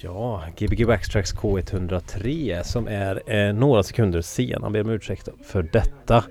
Ja, Gbg Waxtrax K103 som är några sekunder sen. Jag ber om ursäkt för detta.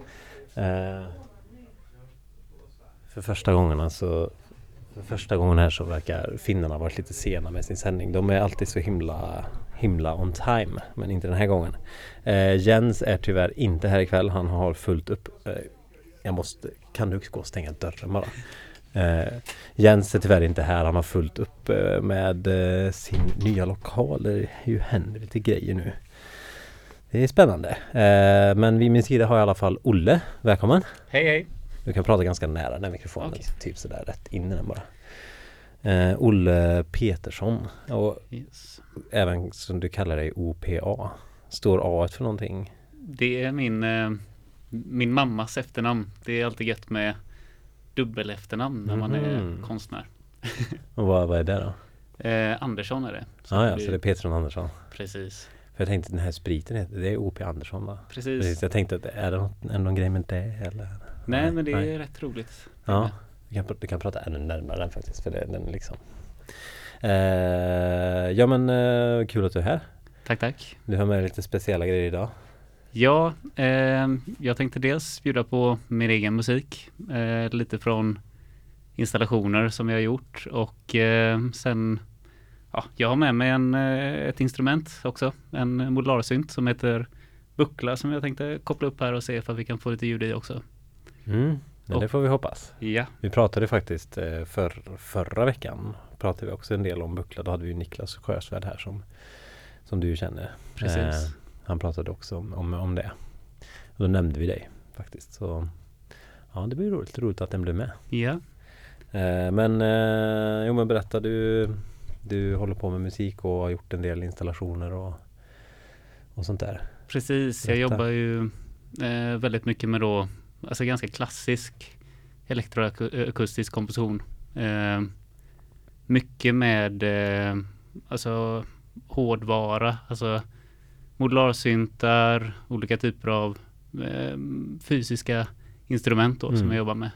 För första gången här så verkar finnarna varit lite sena med sin sändning. De är alltid så himla on time, men inte den här gången. Jens är tyvärr inte här ikväll. Han har fullt upp. Kan du gå och stänga dörren bara? Jens är tyvärr inte här. Han har fullt upp med sin nya lokal. Det händer lite grejer nu. Det är spännande. Men vid min sida har jag i alla fall Olle. Välkommen. Hej. Du kan prata ganska nära den mikrofonen. Okay. Typ sådär rätt in i den bara. Olle Petersson. Och även som du kallar dig OPA. Står A för någonting? Det är min mammas efternamn. Det är alltid gött med dubbel efternamn när man är konstnär. Och vad är det då? Andersson är det. Så det är Petersson Andersson. Precis. För jag tänkte den här spriten det är O.P. Andersson, va? Precis. Jag tänkte att är det någon grej med det eller? Nej, men det är rätt roligt. Ja, du kan prata ännu närmare den faktiskt, för den liksom. Kul att du är här. Tack. Du har med lite speciella grejer idag. Ja, jag tänkte dels bjuda på min egen musik. Lite från installationer som jag har gjort. Och sen, jag har med mig ett instrument också. En modularsynt som heter Buckla som jag tänkte koppla upp här och se för att vi kan få lite ljud i också. Det får vi hoppas. Ja. Vi pratade faktiskt förra veckan. Pratade vi också en del om Buckla. Då hade vi Niklas Sjösvärd här som du känner. Precis. Han pratade också om det. Och då nämnde vi dig faktiskt. Så ja, det blir roligt att den blev med. Ja. Men berätta, du håller på med musik och har gjort en del installationer och sånt där. Precis, jag jobbar ju väldigt mycket med då, alltså ganska klassisk elektroakustisk komposition. Mycket med alltså hårdvara, alltså modularsyntar, olika typer av fysiska instrument då, som jag jobbar med.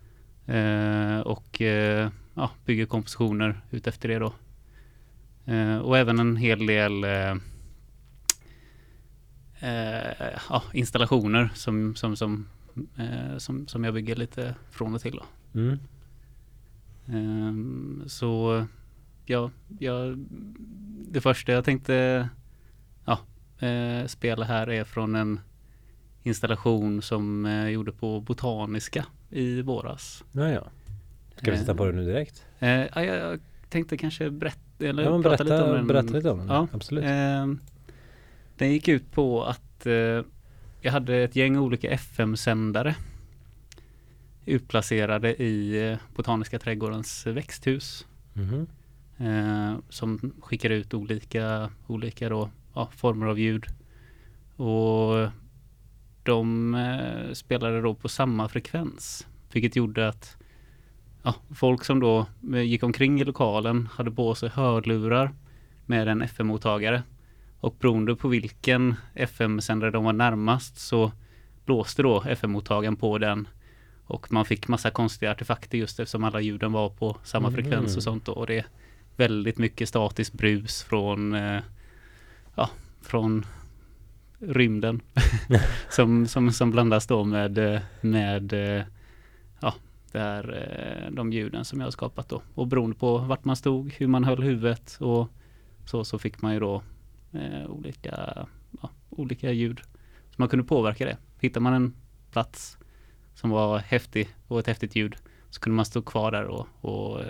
Bygger kompositioner ut efter det då. Och även en hel del installationer som jag bygger lite från och till då. Det första jag tänkte spela här är från en installation som jag gjorde på Botaniska i våras. Ja. Ska vi sätta på det nu direkt? Jag tänkte kanske berätta lite om den. Ja, absolut. Den gick ut på att jag hade ett gäng olika FM-sändare utplacerade i Botaniska trädgårdens växthus. Som skickar ut olika då, former av ljud. Och de spelade då på samma frekvens. Vilket gjorde att folk som då gick omkring i lokalen hade på sig hörlurar med en FM-mottagare. Och beroende på vilken FM-sändare de var närmast så blåste då FM-mottagaren på den. Och man fick massa konstiga artefakter just eftersom alla ljuden var på samma frekvens och sånt då. Och det är väldigt mycket statiskt brus från rymden som blandas då med de ljuden som jag har skapat då. Och beroende på vart man stod, hur man höll huvudet och så fick man ju då olika ljud. Så man kunde påverka det. Hittar man en plats som var häftig och ett häftigt ljud så kunde man stå kvar där och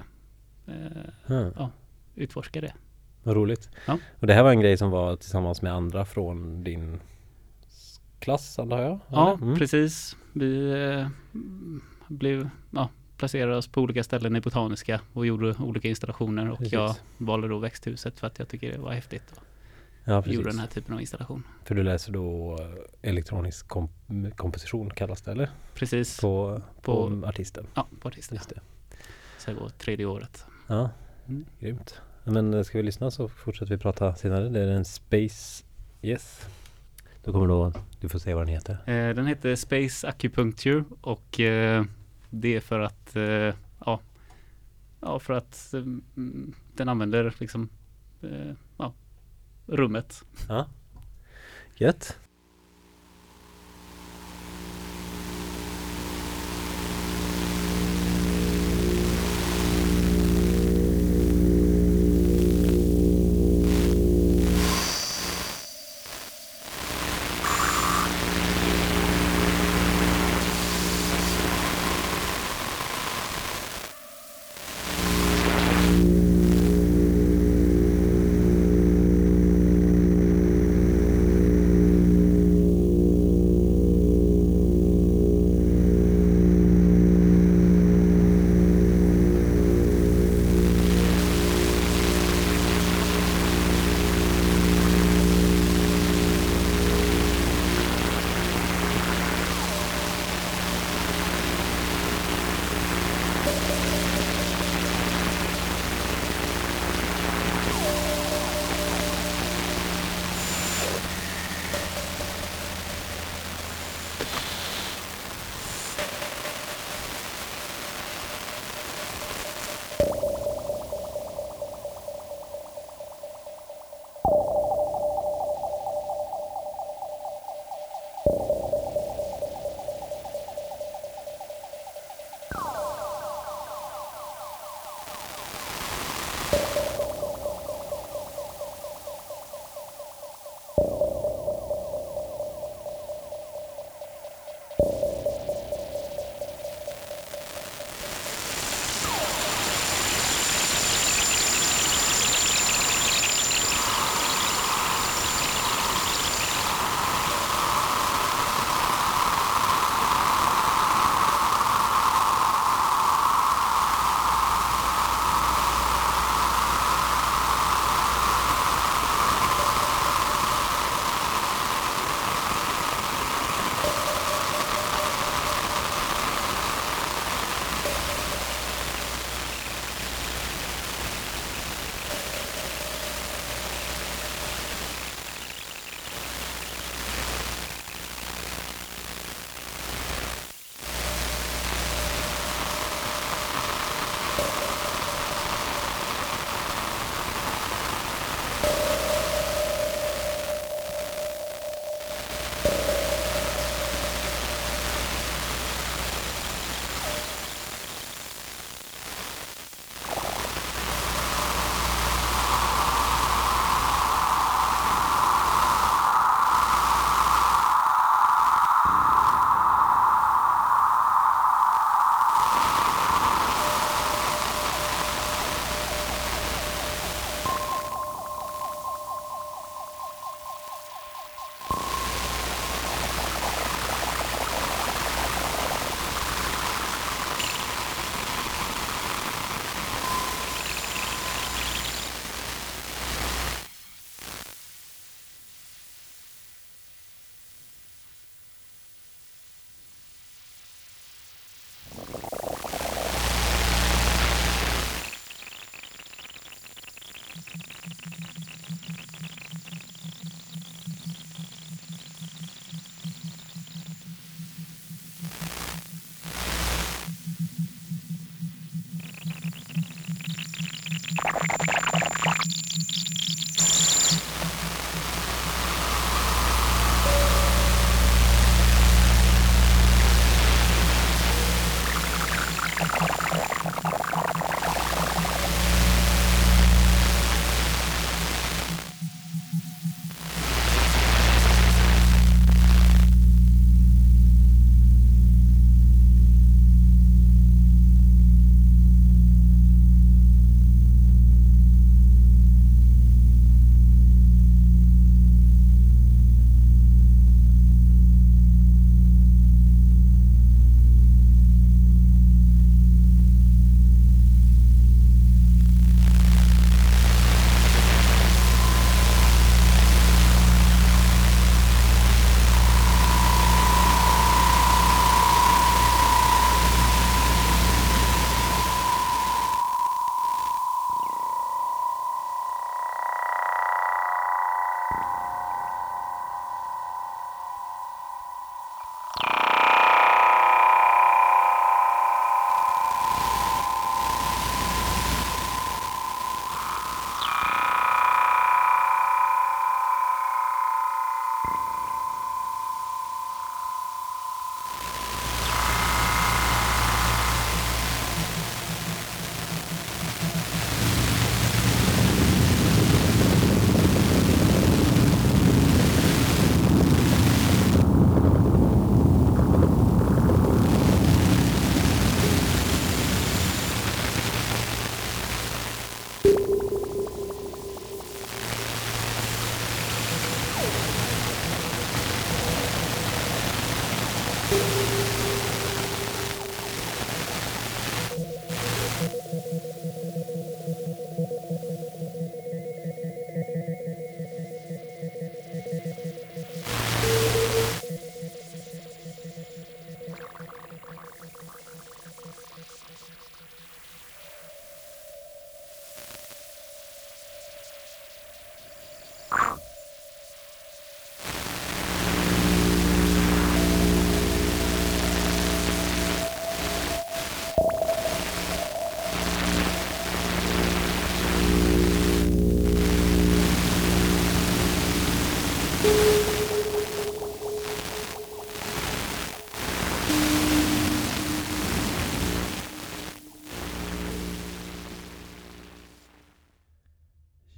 utforska det. Vad roligt. Ja. Och det här var en grej som var tillsammans med andra från din klass, antar jag? Ja, precis. Vi blev placerade oss på olika ställen i Botaniska och gjorde olika installationer. Och jag valde då växthuset för att jag tycker det var häftigt. Och gjorde den här typen av installation. För du läser då elektronisk komposition kallas det, eller? Precis. På artisten? Ja, på artisten. Just det. Så jag går 3:e året. Ja, grymt. Men ska vi lyssna så fortsätter vi prata senare. Det är en Space... Yes. Då kommer du får säga vad den heter. Den heter Space Acupuncture och det är för att för att den använder liksom rummet. Ja, gött.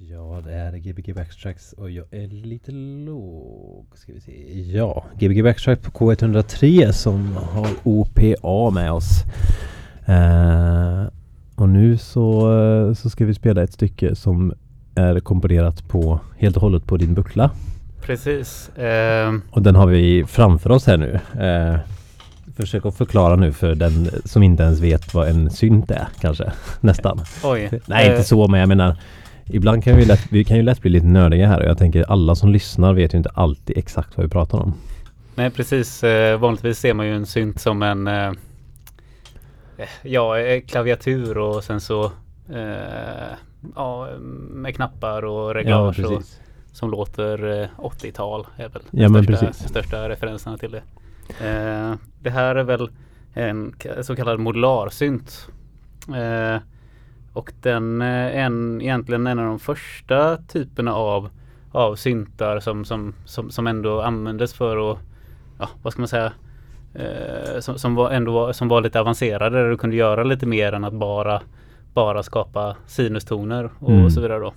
Ja, det är Gbg Backtracks och jag är lite låg. Ska vi se. Ja, Gbg Backtracks på K103 som har OPA med oss. Och nu så ska vi spela ett stycke som är komponerat på helt och hållet på din buckla. Precis. Och den har vi framför oss här nu. Försök att förklara nu för den som inte ens vet vad en synt är, kanske. Nästan. Oj. Nej, inte så, men jag menar, ibland kan vi kan ju lätt bli lite nördiga här. Och jag tänker alla som lyssnar vet ju inte alltid exakt vad vi pratar om. Nej, precis. Vanligtvis ser man ju en synt som en klaviatur och sen så med knappar och reglage och, som låter 80-tal är väl största referenserna till det. Det här är väl en så kallad modularsynt. Och den är egentligen en av de första typerna av syntar som ändå användes för att, vad ska man säga, som var lite avancerade, där du kunde göra lite mer än att bara skapa sinustoner och så vidare då.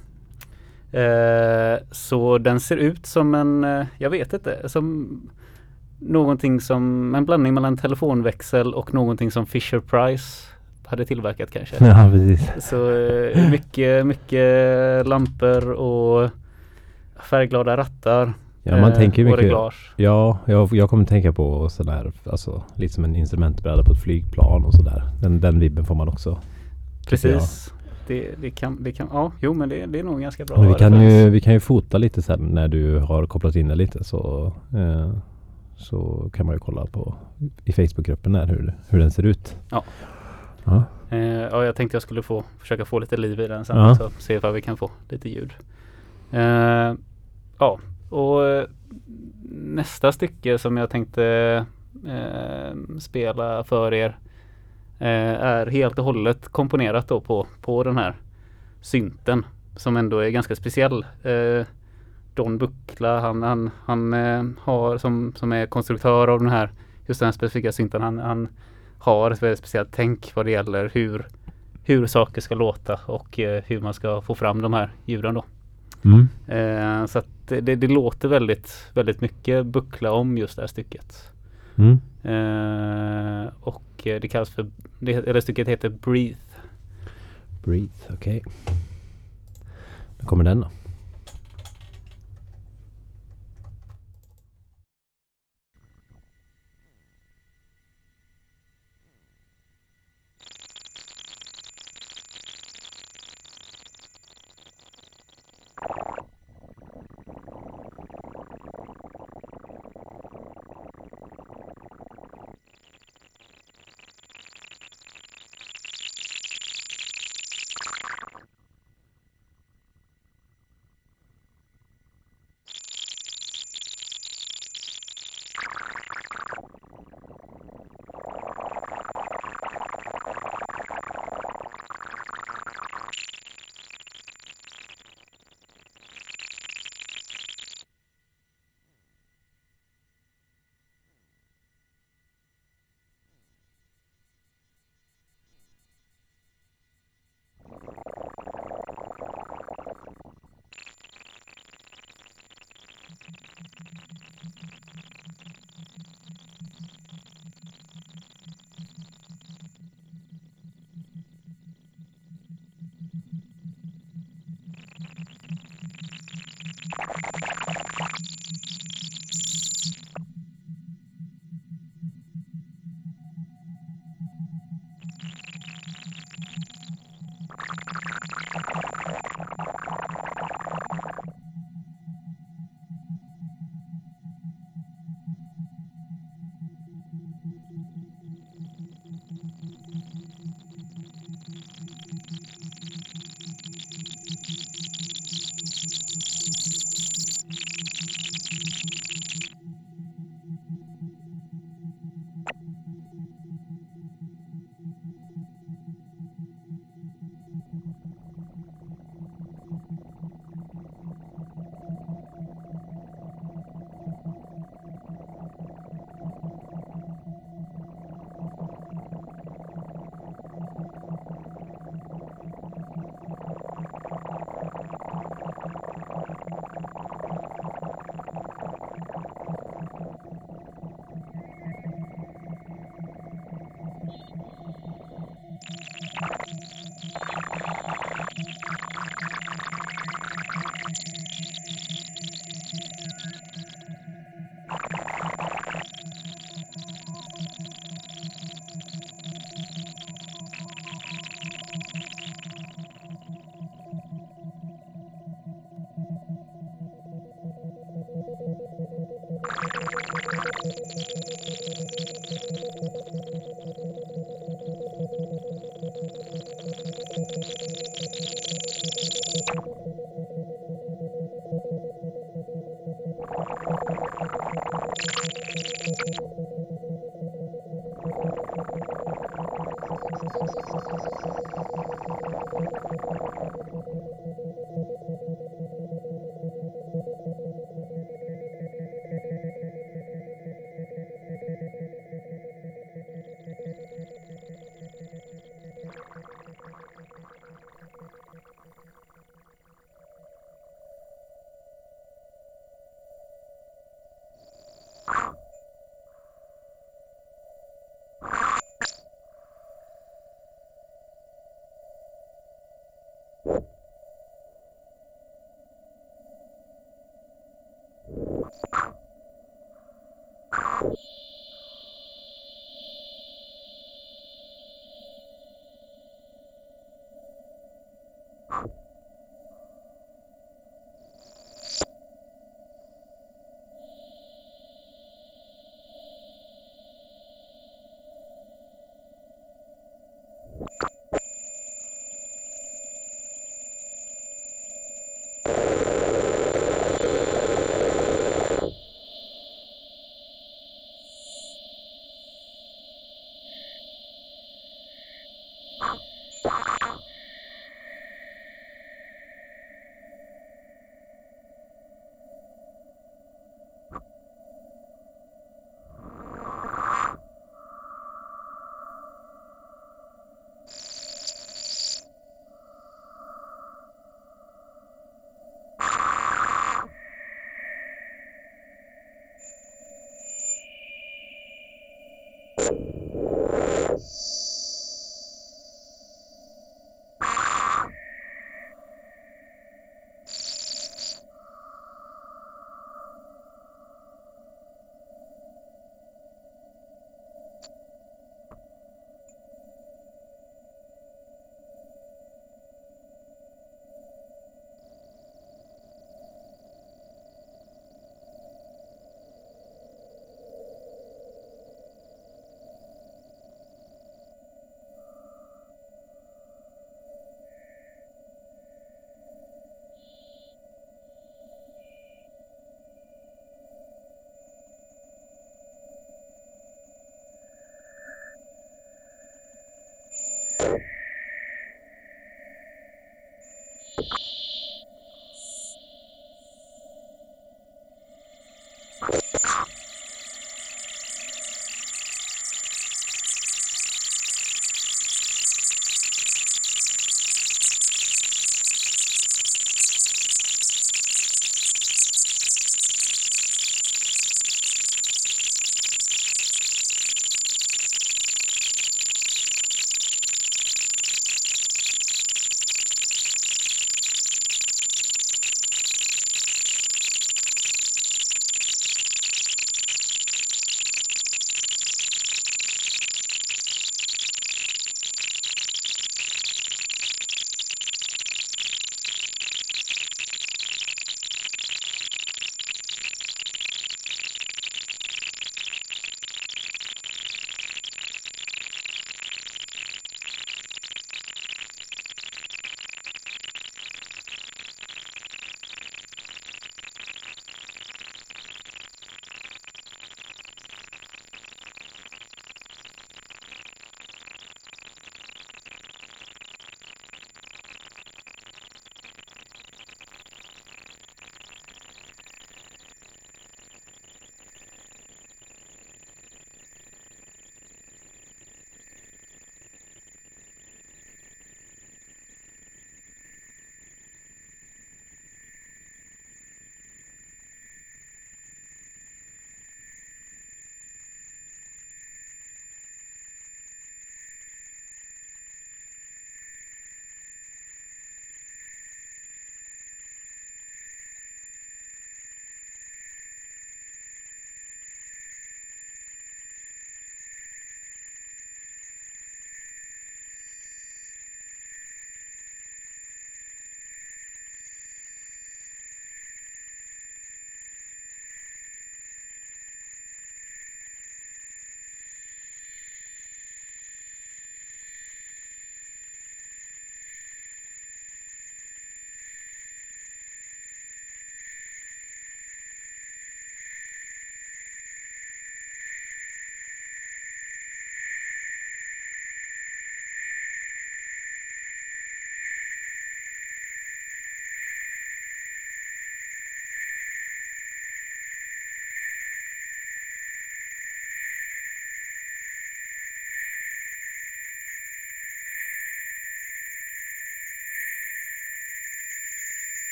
Så den ser ut som en, jag vet inte, som någonting som en blandning mellan telefonväxel och någonting som Fisher-Price hade tillverkat kanske. Ja, precis. Så mycket lampor och färgglada rattar. Ja, man tänker mycket. Reglage. Ja, jag kommer tänka på sådär, alltså lite som en instrumentbräda på ett flygplan och sådär. Den vibben får man också. Precis. Det kan ja, jo, men det är nog ganska bra. Men vi kan ju fota lite sen när du har kopplat in det lite, så kan man ju kolla på i Facebookgruppen där hur den ser ut. Ja. Ja. Jag tänkte jag skulle försöka få lite liv i den sen, så se vad vi kan få lite ljud. Och nästa stycke som jag tänkte spela för er är helt och hållet komponerat då på den här synten som ändå är ganska speciell. Don Buckla, han har som är konstruktör av just den här specifika synten, han har ett väldigt speciellt tänk vad det gäller hur saker ska låta och hur man ska få fram de här ljuden då. Så att det låter väldigt, väldigt mycket Buckla om just det här stycket. Och det kallas för, det stycket heter Breathe. Breathe, okej. Då kommer den då.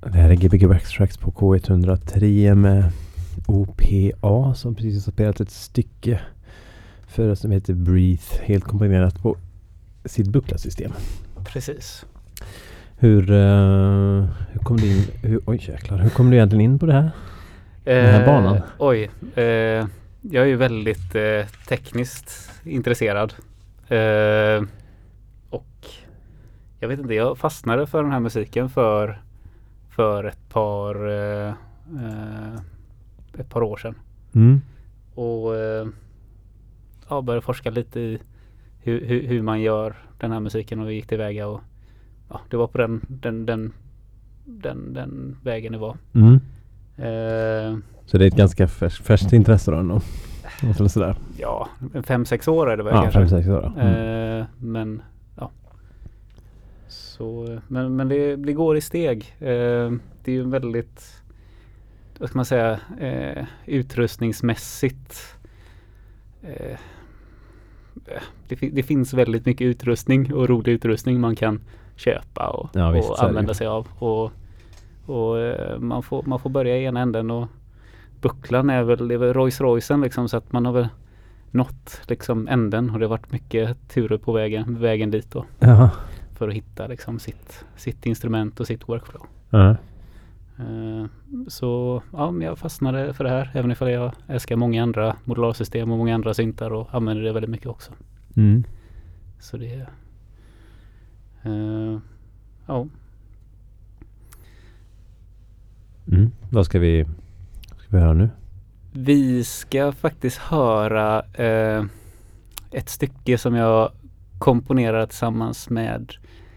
Det här är Gbg Backtracks på K103 med OPA som precis har spelat ett stycke för oss som heter Breathe, helt komponerat på sitt bucklasystem. Precis. Hur kom du in? Hur kom du egentligen in på det här? Den här banan? Jag är ju väldigt tekniskt intresserad. Och jag vet inte, jag fastnade för den här musiken för ett par år sedan. Mm. Och började forska lite i hur man gör den här musiken och gick tillväga, och det var på den vägen det var. Mm. Så det är ett ganska färskt intresse då ändå? Eller sådär. Ja, 5-6 år är det väl kanske. 5-6 år. Men ja. Så, men det går i steg. Det är ju väldigt, vad ska man säga, utrustningsmässigt. Det finns väldigt mycket utrustning och rolig utrustning man kan köpa och använda sig av. Och man får börja i ena änden, och bucklan är väl Rolls-Roycen liksom, så att man har väl nått liksom änden, och det har varit mycket turer på vägen dit då. Jaha. För att hitta liksom sitt instrument och sitt workflow. Uh-huh. Så ja, jag fastnade för det här, även ifall jag älskar många andra modularsystem och många andra syntar och använder det väldigt mycket också. Mm. Så det ja. Vad ska vi höra nu? Vi ska faktiskt höra ett stycke som jag komponerar tillsammans med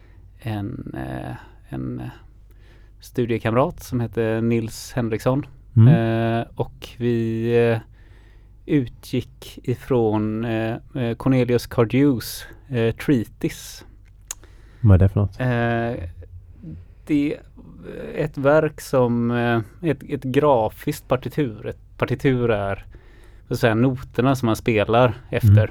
en studiekamrat som heter Nils Henriksson. Och vi utgick ifrån Cornelius Cardews Treatise. Vad är det för något? Det är ett verk som ett grafiskt partitur. Ett partitur är så att säga noterna som man spelar efter.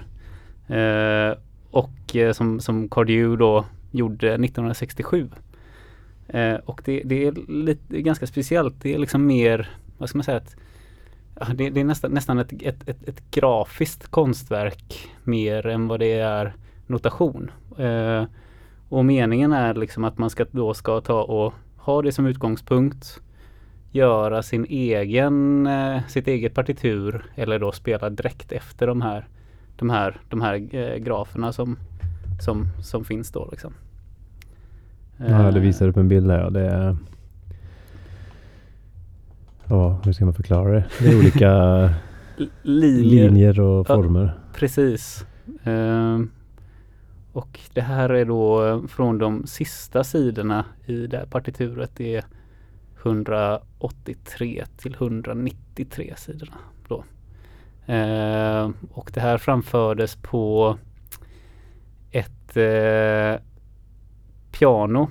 Och som Cardew då gjorde 1967. Och det är ganska speciellt. Det är liksom mer, vad ska man säga, det är nästan ett grafiskt konstverk mer än vad det är notation. Och meningen är liksom att man ska ta och ha det som utgångspunkt, göra sitt eget partitur, eller då spela direkt efter de här graferna som finns då liksom. Ja, det visar upp en bild där. Det är, hur ska man förklara det? Det är olika linjer och former. Ja, precis. Och det här är då från de sista sidorna i det här partituret. Det är 183 till 193 sidorna då. Och det här framfördes på ett piano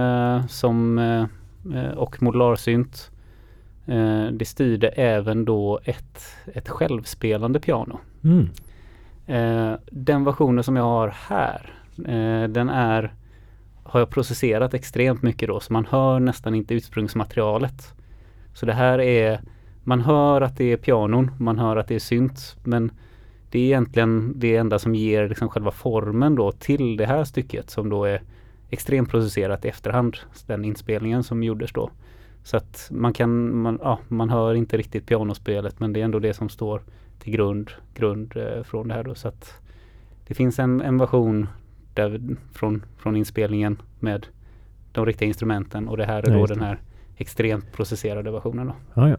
och modularsynt. Det styrde även då ett självspelande piano. Den versionen som jag har här, har jag processerat extremt mycket då, så man hör nästan inte ursprungsmaterialet. Så det här är, man hör att det är pianon, man hör att det är synt, men det är egentligen det enda som ger liksom själva formen då till det här stycket, som då är extremt processerat i efterhand, den inspelningen som gjordes då. Så att man hör inte riktigt pianospelet, men det är ändå det som står till grund från det här då. Så att det finns en version där från inspelningen med de riktiga instrumenten, och det här är då den här extremt processerade versionen då. Ja.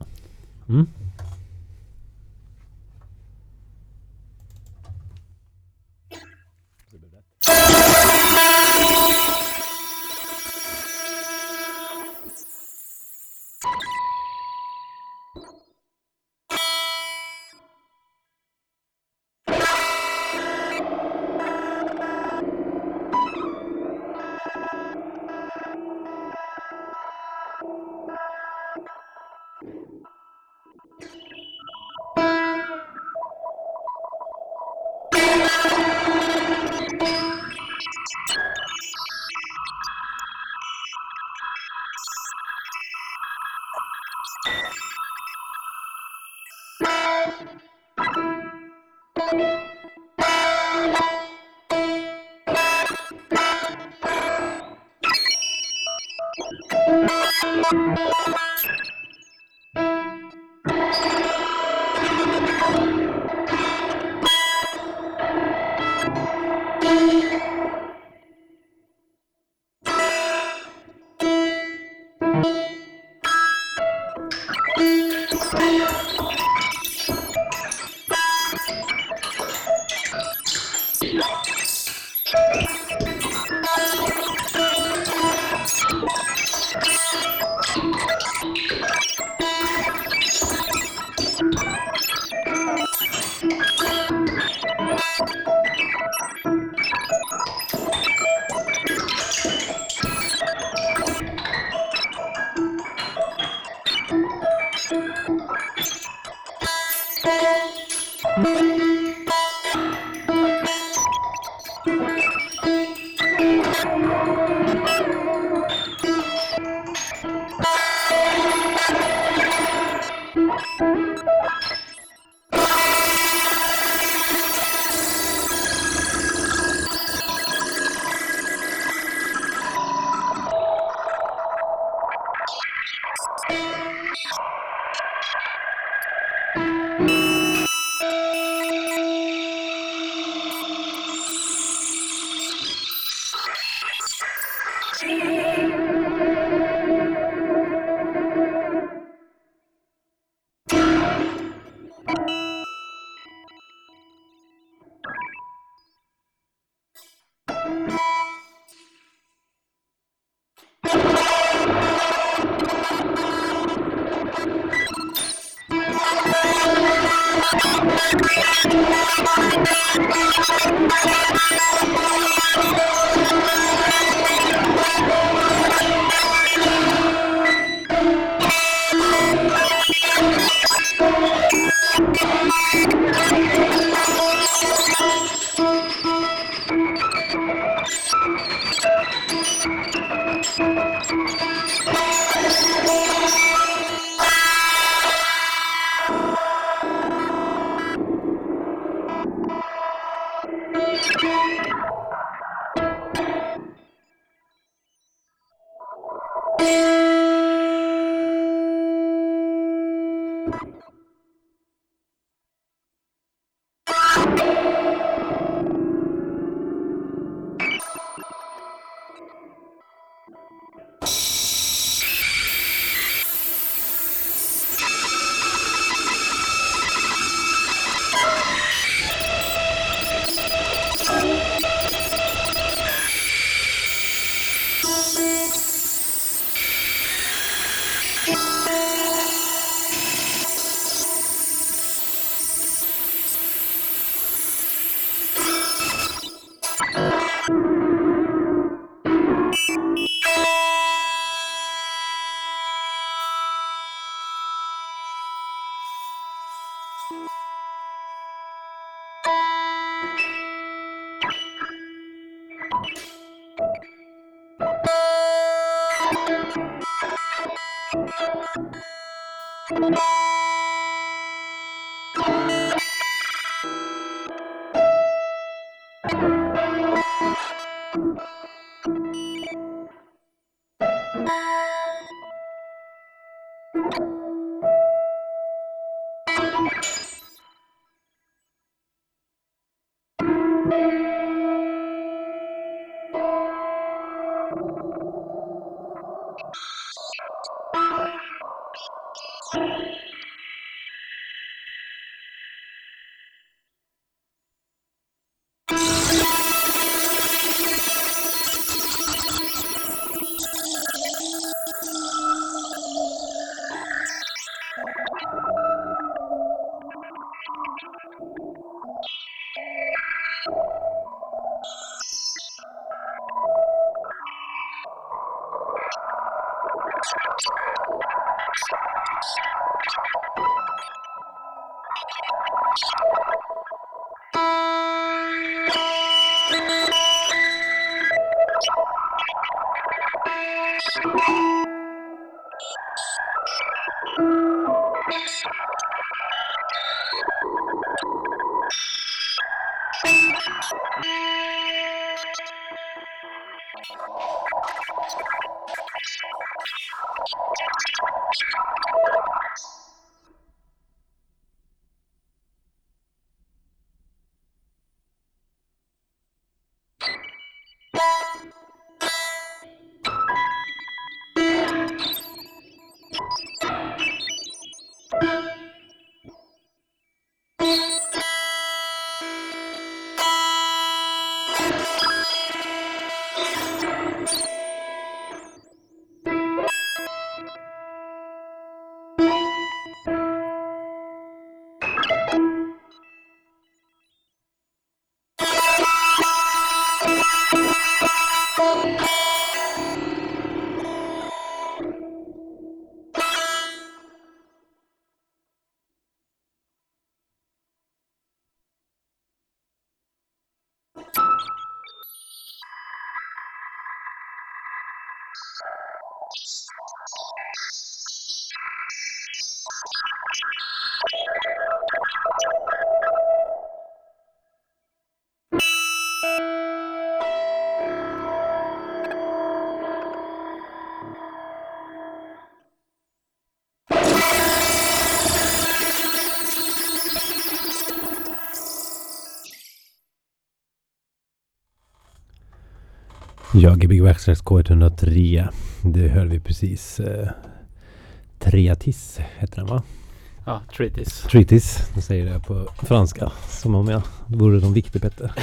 Ja, Gbg Waxtrax K103. Det hörde vi precis. Treatis heter den, va? Ja, Treatis. Treatis, de säger det på franska. Som om jag vore de viktig Petter.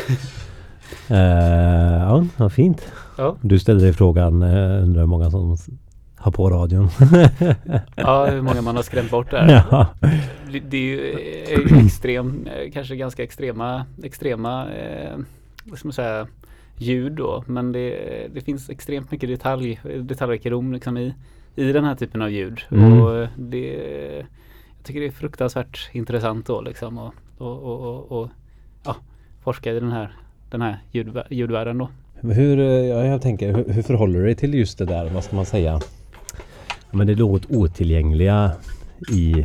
Ja, vad fint. Ja. Du ställde dig frågan, undrar hur många som har på radion. Ja, hur många man har skrämt bort där. Ja. Det är ju kanske ganska extrema vad ska man säga, ljud då, men det finns extremt mycket detaljrikedom liksom i den här typen av ljud. Och jag tycker det är fruktansvärt intressant då liksom och forska i den här ljudvärlden då. Jag tänker, hur förhåller du dig till just det där, vad ska man säga? Men det är något otillgängliga i...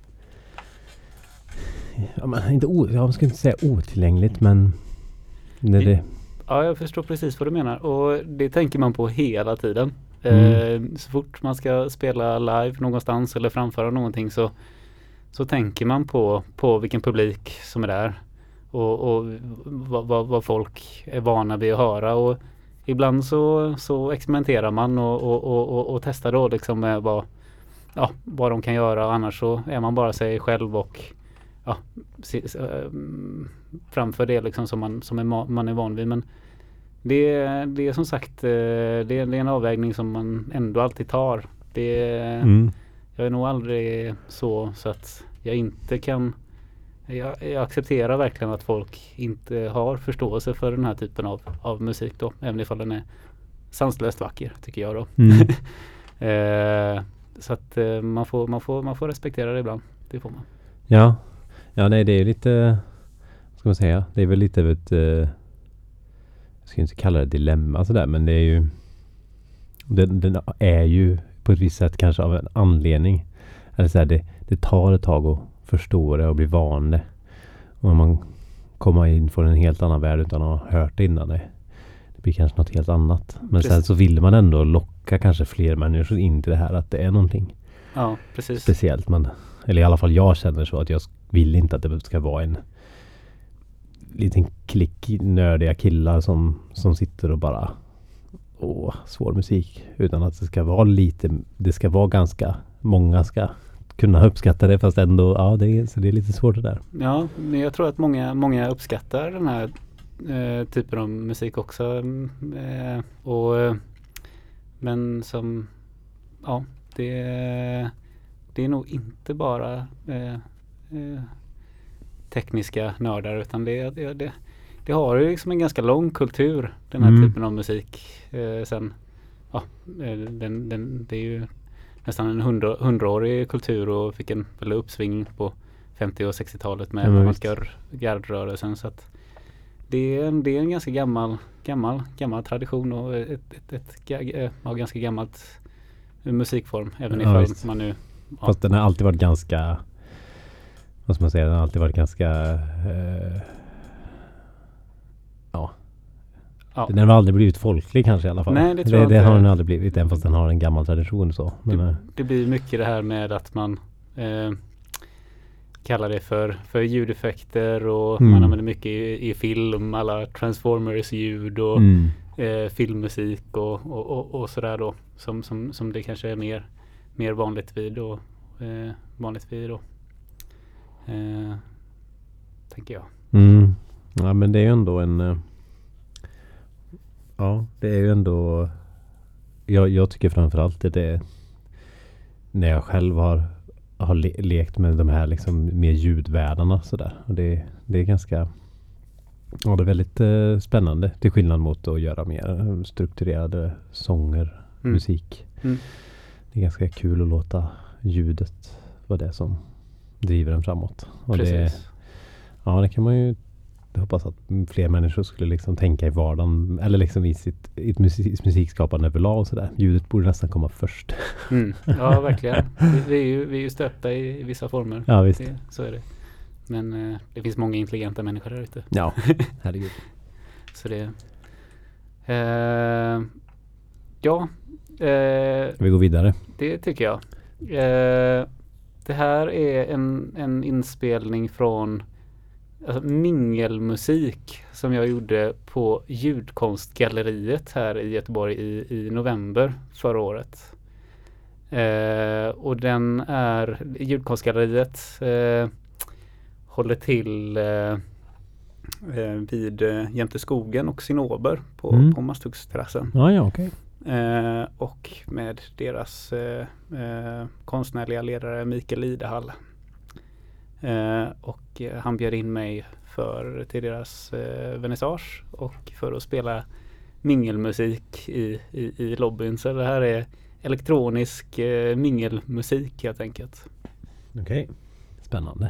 jag ska inte säga otillgängligt, men... Ja, jag förstår precis vad du menar. Och det tänker man på hela tiden. Så fort man ska spela live någonstans eller framföra någonting så tänker man på vilken publik som är där. Och vad folk är vana vid att höra. Och ibland så experimenterar man och testar då liksom med vad de kan göra. Annars så är man bara sig själv och framför det liksom som man är van vid. Men det är som sagt det är en avvägning som man ändå alltid tar. Jag är nog aldrig så att jag inte kan. Jag accepterar verkligen att folk inte har förståelse för den här typen av musik då, även ifall den är sanslöst vacker, tycker jag då. Så att man får respektera det ibland. Det får man. Ja, nej, det är lite, vad ska man säga, det är väl lite av ett, jag ska inte kalla det dilemma sådär, men det är ju, den är ju på ett visst sätt kanske av en anledning. Eller så här, det tar ett tag att förstå det och bli van det. Och man kommer in för en helt annan värld utan att ha hört det innan. Det blir kanske något helt annat. Men precis. Sen så vill man ändå locka kanske fler människor in till det här, att det är någonting precis. Speciellt. Eller i alla fall jag känner så att jag vill inte att det ska vara en liten klick nördiga killar som sitter och bara svår musik. Utan att det ska vara det ska vara ganska, många ska kunna uppskatta det, fast ändå, så det är lite svårt det där. Ja, men jag tror att många uppskattar den här typen av musik också. Men som, det är nog inte bara tekniska nördar, utan det har ju liksom en ganska lång kultur, den här typen av musik. Sen, det är ju nästan en 100-årig kultur och fick en väldigt uppsving på 50- och 60-talet med avantgarde-rörelsen. Så att det är en ganska gammal tradition och ett ganska gammalt musikform, även ifall man nu... Fast den har alltid varit ganska, vad ska man säga, den har alltid varit ganska Ja. Den har aldrig blivit folklig kanske i alla fall. Nej, det tror jag det inte. har den aldrig blivit, även fast den har en gammal tradition så. Men, Det blir mycket det här med att man kallar det för ljudeffekter och man använder mycket i film, alla Transformers ljud och filmmusik och sådär då. Som det kanske är mer vanligt vid då. Tänker jag. Ja, men det är ju ändå en... Ja, det är ju ändå... Jag tycker framförallt att det när jag själv har lekt med de här liksom mer ljudvärldarna sådär. Och det är ganska... Ja, det är väldigt spännande till skillnad mot att göra mer strukturerade sånger, musik. Det är ganska kul att låta ljudet vara det som driver den framåt. Och Precis. det kan man ju hoppas att fler människor skulle liksom tänka i vardagen eller liksom i sitt musikskapande överlag och sådär. Ljudet borde nästan komma först. Ja, verkligen. Vi är ju stöpta i vissa former. Ja, visst. Så är det. Men det finns många intelligenta människor där ute. Ja, herregud. Så det... Vi går vidare. Det tycker jag. Det här är en inspelning från mingelmusik som jag gjorde på Ljudkonstgalleriet här i Göteborg i november förra året. Och den är Ljudkonstgalleriet håller till vid jämte skogen och Cinnober på Masthuggsterrassen. Ja, okej. Och med deras konstnärliga ledare Mikael Lidehall. Och han bjöd in mig till deras vernissage och för att spela mingelmusik i lobbyn. Så det här är elektronisk mingelmusik helt enkelt. Okej. Spännande.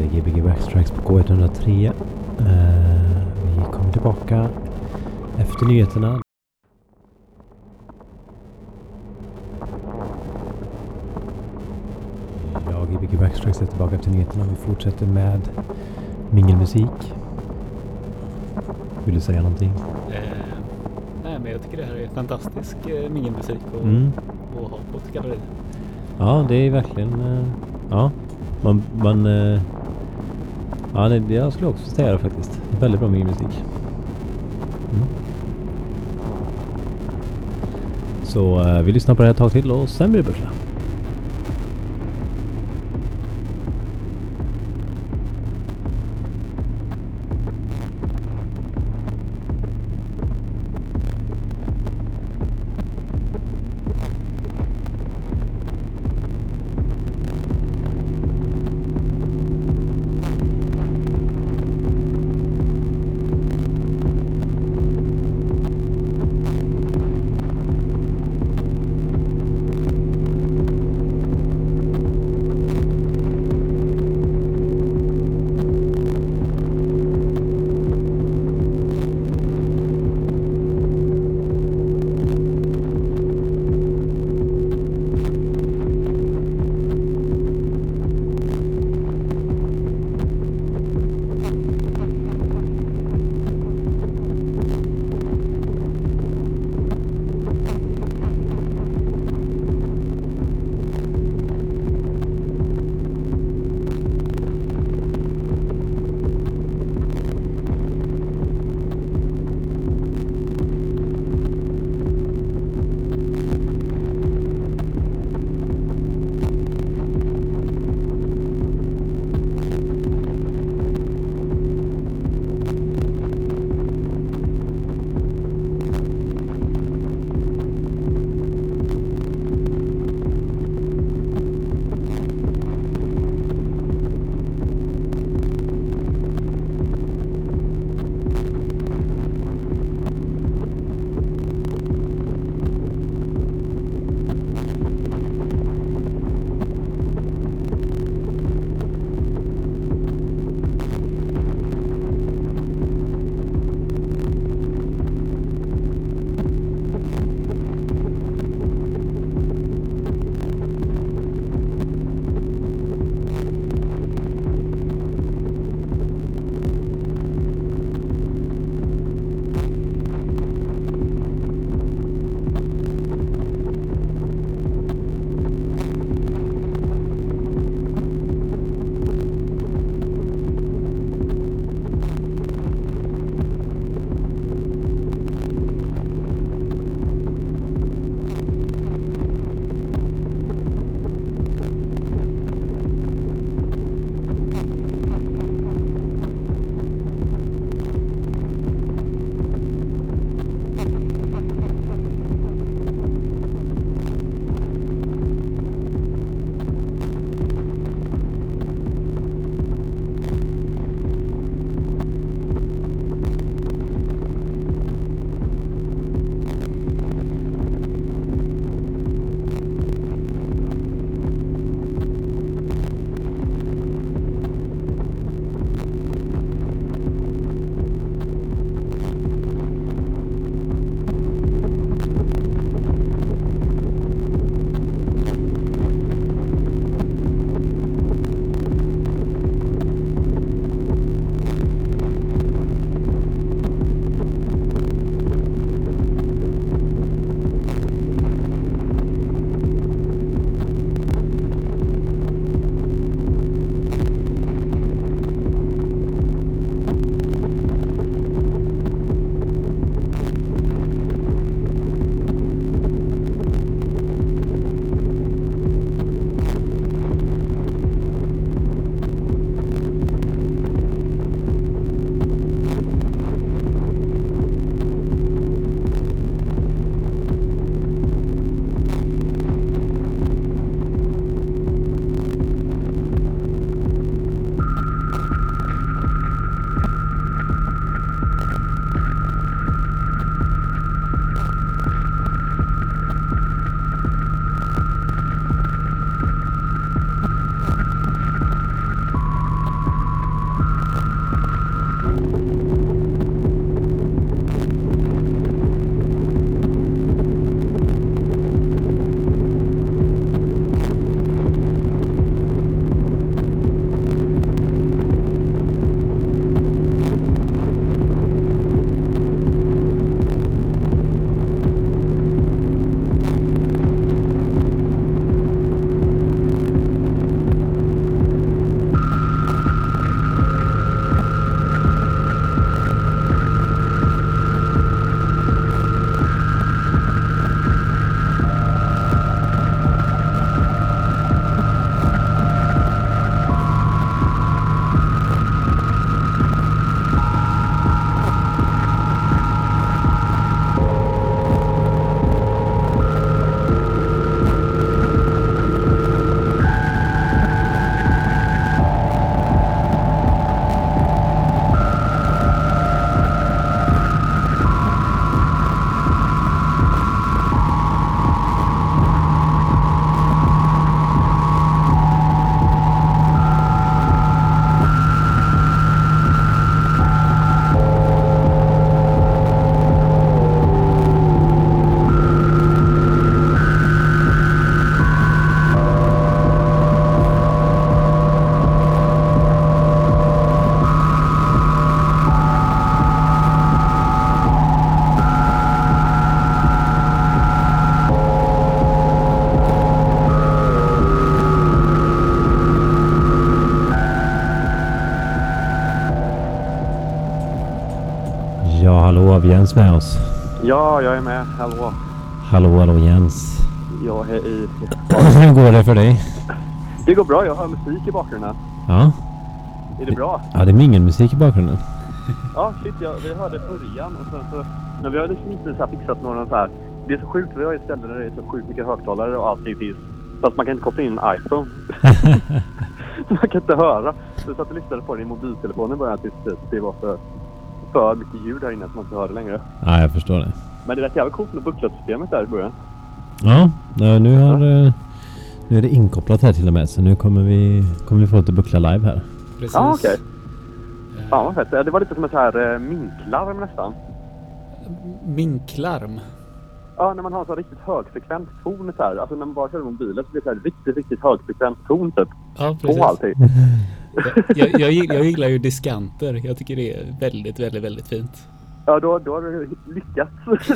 Gbg Backstrikes på K103. Vi kommer tillbaka efter nyheterna. Ja, Gbg Backstrikes är tillbaka efter nyheterna. Vi fortsätter med mingelmusik. Vill du säga någonting? Nej, men jag tycker det här är fantastisk mingelmusik att ha på ett galleri. Ja, det är verkligen... ja, ja, det jag skulle också säga det faktiskt. Väldigt bra mingelmusik. Så vi lyssnar på det här ett tag till och sen blir det börsla. Jens med oss? Ja, jag är med. Hallå. Hallå Jens. Jag är i... Hur går det för dig? Det går bra, jag hör musik i bakgrunden. Ja. Är det bra? Ja, det är mingelmusik i bakgrunden. Ja, shit, vi hörde början och sen så... Men vi har liksom inte så här fixat några så här... Det är så sjukt, vi har ett ställe där det är så sjukt mycket högtalare och allting finns. Fast man kan inte koppla in en iPhone. Man kan inte höra. Så jag satt och lyssnade på det i mobiltelefonen början tills det var för mycket ljud här inne att man inte hör det längre. Ja, jag förstår det. Men det är rätt jävla coolt med bucklatsystemet där i början. Ja, nu är det inkopplat här till och med. Så nu kommer vi få lite buckla live här. Precis. Ja, okej. Fan vad fett. Det var lite som ett här minklarm nästan. Minklarm? Ja, när man har en så riktigt högfrekvent ton så här. Alltså när man bara kör mobilen så blir det så här riktigt högfrekvent ton typ. Ja, precis. På allting. Jag gillar ju diskanter. Jag tycker det är väldigt, väldigt, väldigt fint. Ja, då har du lyckats.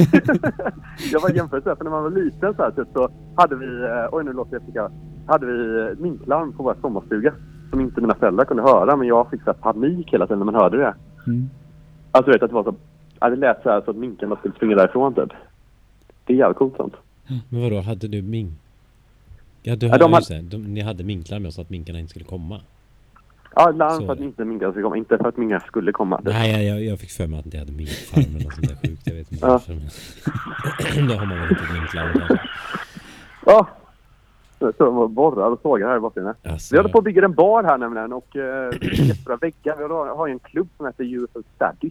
Jag var jämfört så här, för när man var liten så här typ, så hade vi, nu låter jag tycka, hade vi minklarm på vår sommarstuga som inte mina föräldrar kunde höra, men jag fick så här panik hela tiden när man hörde det. Mm. Alltså vet att det var så, det lät så här så att minkarna skulle springa därifrån typ. Det är jävligt coolt sånt. Men vadå, hade du mink? Ja, ni hade minklar med oss så att minkarna inte skulle komma. Ja, larm för att inte minkar skulle komma. Inte för att minkar skulle komma. Nej, jag fick för mig att jag hade minkfarm eller något sånt där sjukt. Jag vet inte varför. Då har man väl inte minklarm kanske. Ja. Så man borrar och sågar här i bakgrunden. Alltså, vi håller på att bygga en bar här nämligen och jättebra väggar. Vi har ju en klubb som heter UFO Status.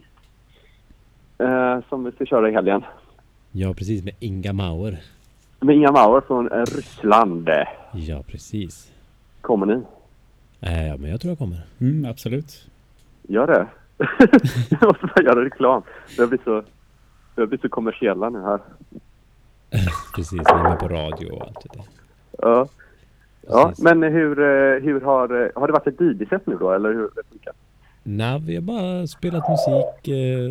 Som vi ska köra i helgen. Ja, precis. Med Inga Mauer. Med Inga Mauer från Ryssland. Ja, precis. Kommer ni? Ja, men jag tror jag kommer. Absolut. Gör det. Jag måste bara göra reklam. Vi har blivit så kommersiella nu här. Precis, ni är med på radio och allt det där. Ja. Ja, men hur har det varit ett DJ-set nu då, eller hur det funkar? Nej, vi har bara spelat musik.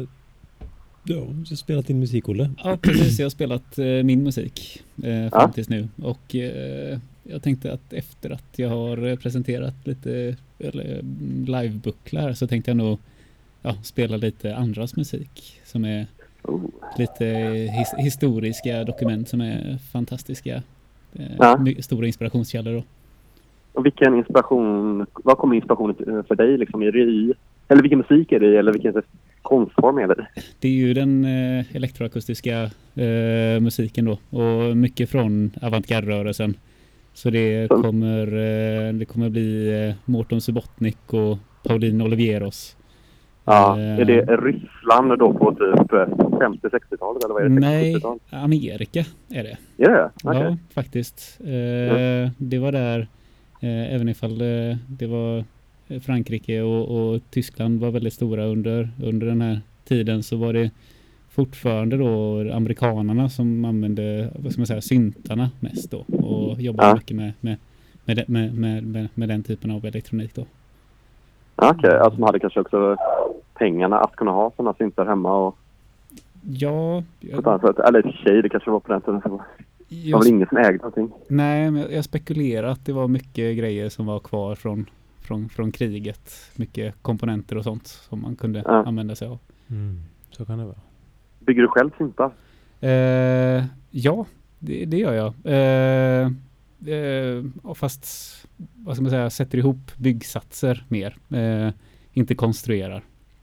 Ja, vi har spelat in musik, Olle. Ja, precis. Jag har spelat min musik fram tills nu. Och jag tänkte att efter att jag har presenterat lite livebucklar så tänkte jag nog spela lite andras musik som är lite historiska dokument som är fantastiska. Stora inspirationskällor då. Och vilken inspiration, vad kommer inspirationen för dig liksom? Är det i, eller vilken musik är det i, eller vilken konstform är det? Det är ju den elektroakustiska musiken då och mycket från avantgarde-rörelsen. Så det kommer bli Mårten Subotnik och Pauline Olivieros. Ja, är det Ryssland då på typ 50-60-talet eller vad är det? Nej, Amerika är det. Är det? Okay. Ja, faktiskt. Det var där, även ifall det var Frankrike och Tyskland var väldigt stora under den här tiden, så var det fortfarande då amerikanerna som använde, vad ska man säga, syntarna mest då och jobbade mycket med den typen av elektronik då. Okej, alltså man hade kanske också pengarna att kunna ha sådana syntar hemma och ja, eller i tjej, det kanske var på den tiden. Det var väl ingen som ägde någonting. Nej, men jag spekulerar att det var mycket grejer som var kvar från kriget. Mycket komponenter och sånt som man kunde använda sig av. Så kan det vara. Bygger du själv syntar? Ja, det gör jag. Fast, vad ska man säga, sätter ihop byggsatser mer. Inte konstruerar.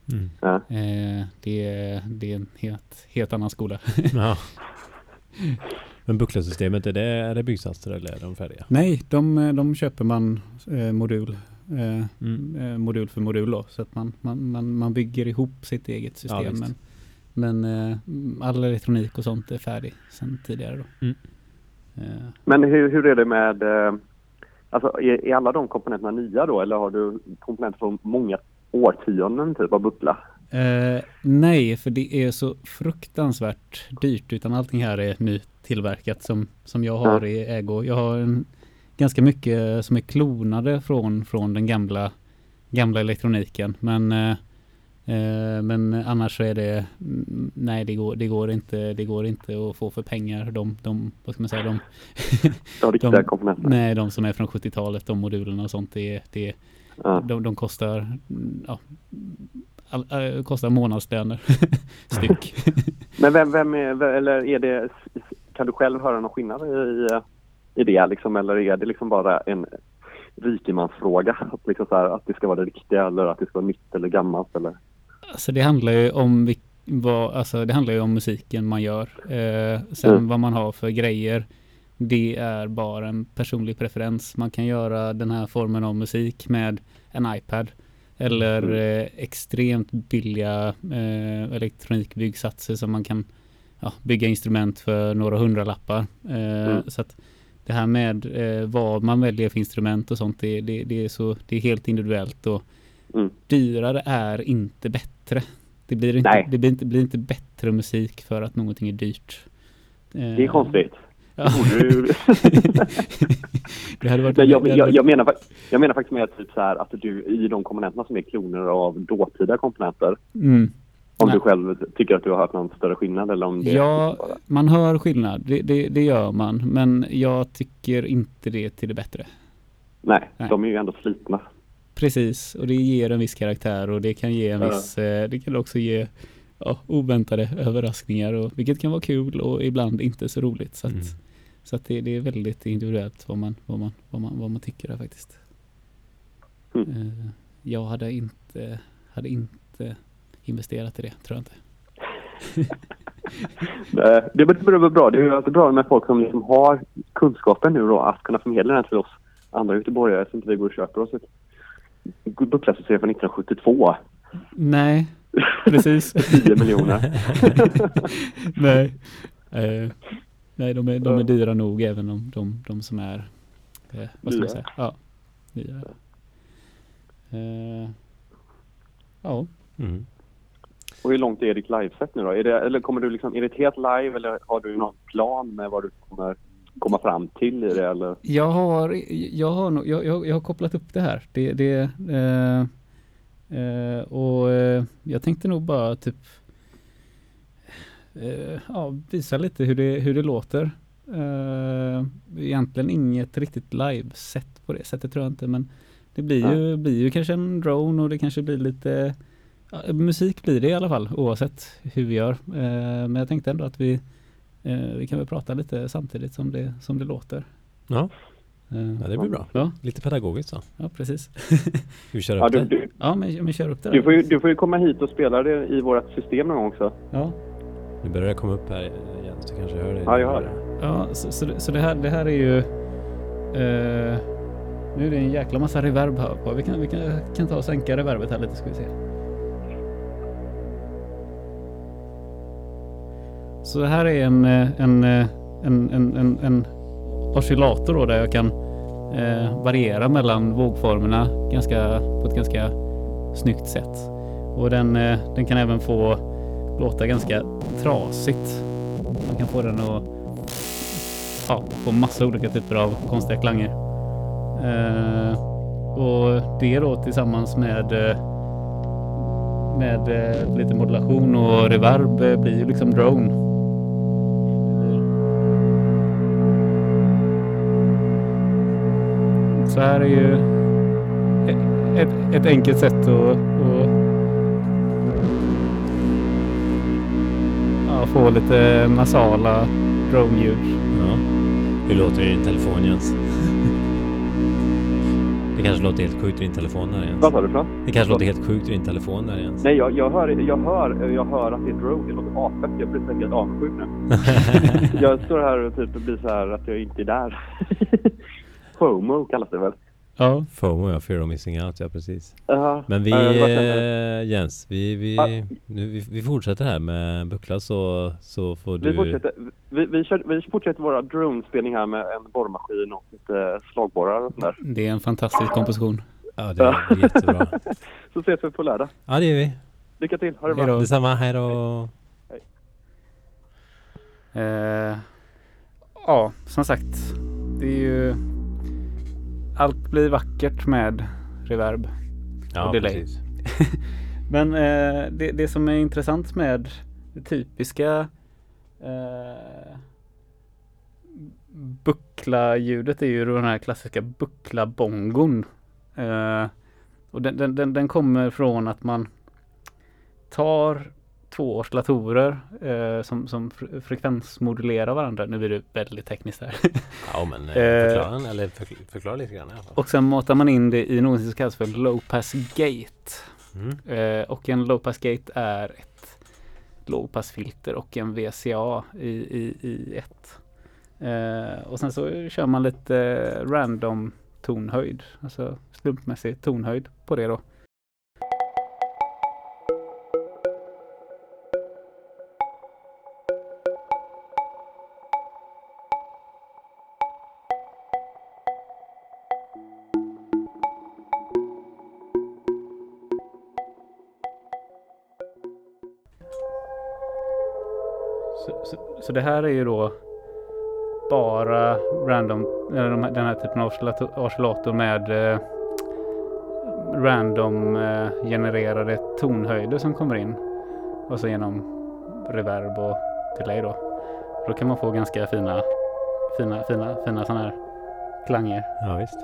Det är en helt annan skola. Ja. Men bucklarsystemet, är det byggsatser eller är de färdiga? Nej, de köper man modul för modul då, så att man bygger ihop sitt eget system. Ja, men all elektronik och sånt är färdig sedan tidigare då. Men hur är det med alltså är alla de komponenterna nya då, eller har du komponenter från många årtionden typ av buckla? Nej, för det är så fruktansvärt dyrt, utan allting här är nytillverkat som jag har i ägo. Jag har ganska mycket som är klonade från den gamla elektroniken, men annars så är det nej, det går inte att få för pengar. De vad ska man säga, nej, de som är från 70-talet, de modulerna och sånt, de kostar kostar månadslöner styck. Men vem är, eller är det, kan du själv höra någon skillnad i det liksom, eller är det liksom bara en rikemansfråga att liksom så här, att det ska vara det riktiga eller att det ska vara nytt eller gammalt eller? Alltså det handlar ju om det handlar ju om musiken man gör. Sen vad man har för grejer, det är bara en personlig preferens. Man kan göra den här formen av musik med en iPad eller extremt billiga elektronikbyggsatser som man kan bygga instrument för några hundralappar. Så att det här med vad man väljer för instrument och sånt, det är helt individuellt, och dyrare är inte bättre. Det blir inte bättre musik för att någonting är dyrt. Det är konstigt. Ja. Det hade varit, jag menar faktiskt med typ så här att du i de komponenterna som är kloner av dåtida komponenter. Om du själv tycker att du har hört någon större skillnad eller om det. Ja, man hör skillnad. Det gör man, men jag tycker inte det till det bättre. Nej, de är ju ändå slitna. Precis, och det ger en viss karaktär, och det kan ge en viss, det kan också ge oväntade överraskningar, och vilket kan vara kul och ibland inte så roligt, så att det är väldigt individuellt vad man tycker där faktiskt. Jag hade inte investerat i det, tror jag inte. Det blir bra. Det är ju alltid bra med folk som liksom har kunskapen nu då, att kunna förmedla den till oss andra göteborgare, så inte vi går och köper oss ett bucklasystem från 1972. Nej, precis. 10 miljoner. Nej, de är dyra nog, även om de som är vad ska man säga? Ja, dyra. Ja. Och hur långt är ditt liveset nu då? Är det ett helt live, eller har du någon plan med vad du kommer komma fram till i det, eller? Jag har kopplat upp det här. Och jag tänkte nog bara typ visa lite hur det låter. Egentligen inget riktigt live-set på det sättet, tror jag inte, men det blir ju kanske en drone, och det kanske blir lite musik blir det i alla fall, oavsett hur vi gör. Men jag tänkte ändå att vi kan väl prata lite samtidigt som det låter. Ja, det blir bra. Ja. Lite pedagogiskt så. Ja, precis. Vi kör upp det. Ja, men kör upp det. Du får ju komma hit och spela det i vårt system någon gång också. Ja. Nu börjar det komma upp här igen, så kanske jag hör det. Ja, jag hör det. Ja, så det här är ju nu är det en jäkla massa reverb här på. Vi kan ta och sänka reverbet här lite, ska vi se. Så det här är en oscillator då, där jag kan variera mellan vågformerna på ett ganska snyggt sätt. Och den kan även få låta ganska trasigt. Man kan få den att få massa olika typer av konstiga klanger. Och det då tillsammans med lite modulation och reverb blir ju liksom drone. Så här är ju ett enkelt sätt att få lite nasala drone-ljud. Ja. Hur låter det i din telefon, Jens? Det kanske låter helt sjukt i din telefon där, Jens. Vad sa du för? Det kanske låter helt sjukt i din telefon där, Jens. Nej, jag hör att det är drone. Det låter asfett. Jag blir helt avundsjuk nu. Jag står här och typ blir så här att jag inte är där. FOMO kallas det väl? Ja. FOMO, ja, fear of missing out, ja, precis. Men vi, Jens, vi fortsätter här med Buckla, så får du... Vi fortsätter våra drone-spelning här med en borrmaskin och lite slagborrar och sådär. Det är en fantastisk komposition. Ja, det är jättebra. Så ses vi på lördag. Ja, det gör vi. Lycka till, ha det bra. Hejdå. Detsamma, hej då. Ja, som sagt, det är ju... Allt blir vackert med reverb och delay. Precis. Men det som är intressant med det typiska buckla-ljudet är ju den här klassiska buckla-bongon. Och den kommer från att man tar 2 oscillatorer som frekvensmodulerar varandra. Nu blir det väldigt tekniskt här. Ja, men förklara lite grann i alla fall. Och sen matar man in det i något som kallas för low pass gate. Och en low pass gate är ett lågpassfilter och en VCA i ett. Och sen så kör man lite random tonhöjd, alltså slumpmässig tonhöjd på det då. Så det här är ju då bara random, den här typen av oscillator med random genererade tonhöjder som kommer in. Och så genom reverb och delay då. Då kan man få ganska fina sådana här klanger. Ja, visst.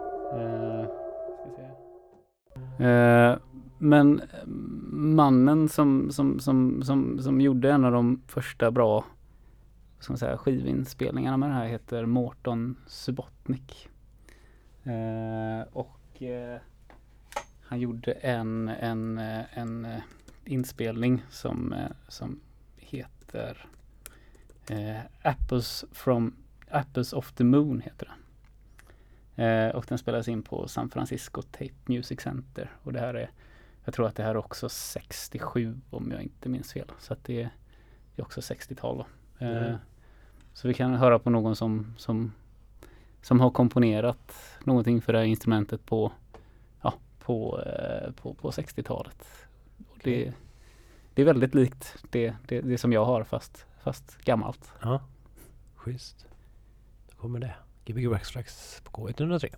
Ska se. Men mannen som gjorde en av de första bra, ska man säga, skivinspelningarna med det här heter Morton Subotnick. Han gjorde en inspelning som heter Apples of the Moon heter det. Och den spelas in på San Francisco Tape Music Center. Och det här är, jag tror att det här är också 67 om jag inte minns fel. Så att det är också 60-tal då. Så vi kan höra på någon som har komponerat någonting för det här instrumentet på 60-talet. Och det är väldigt likt det som jag har fast gammalt. Ja, schysst. Då kommer det. Gbg Waxtrax på K103.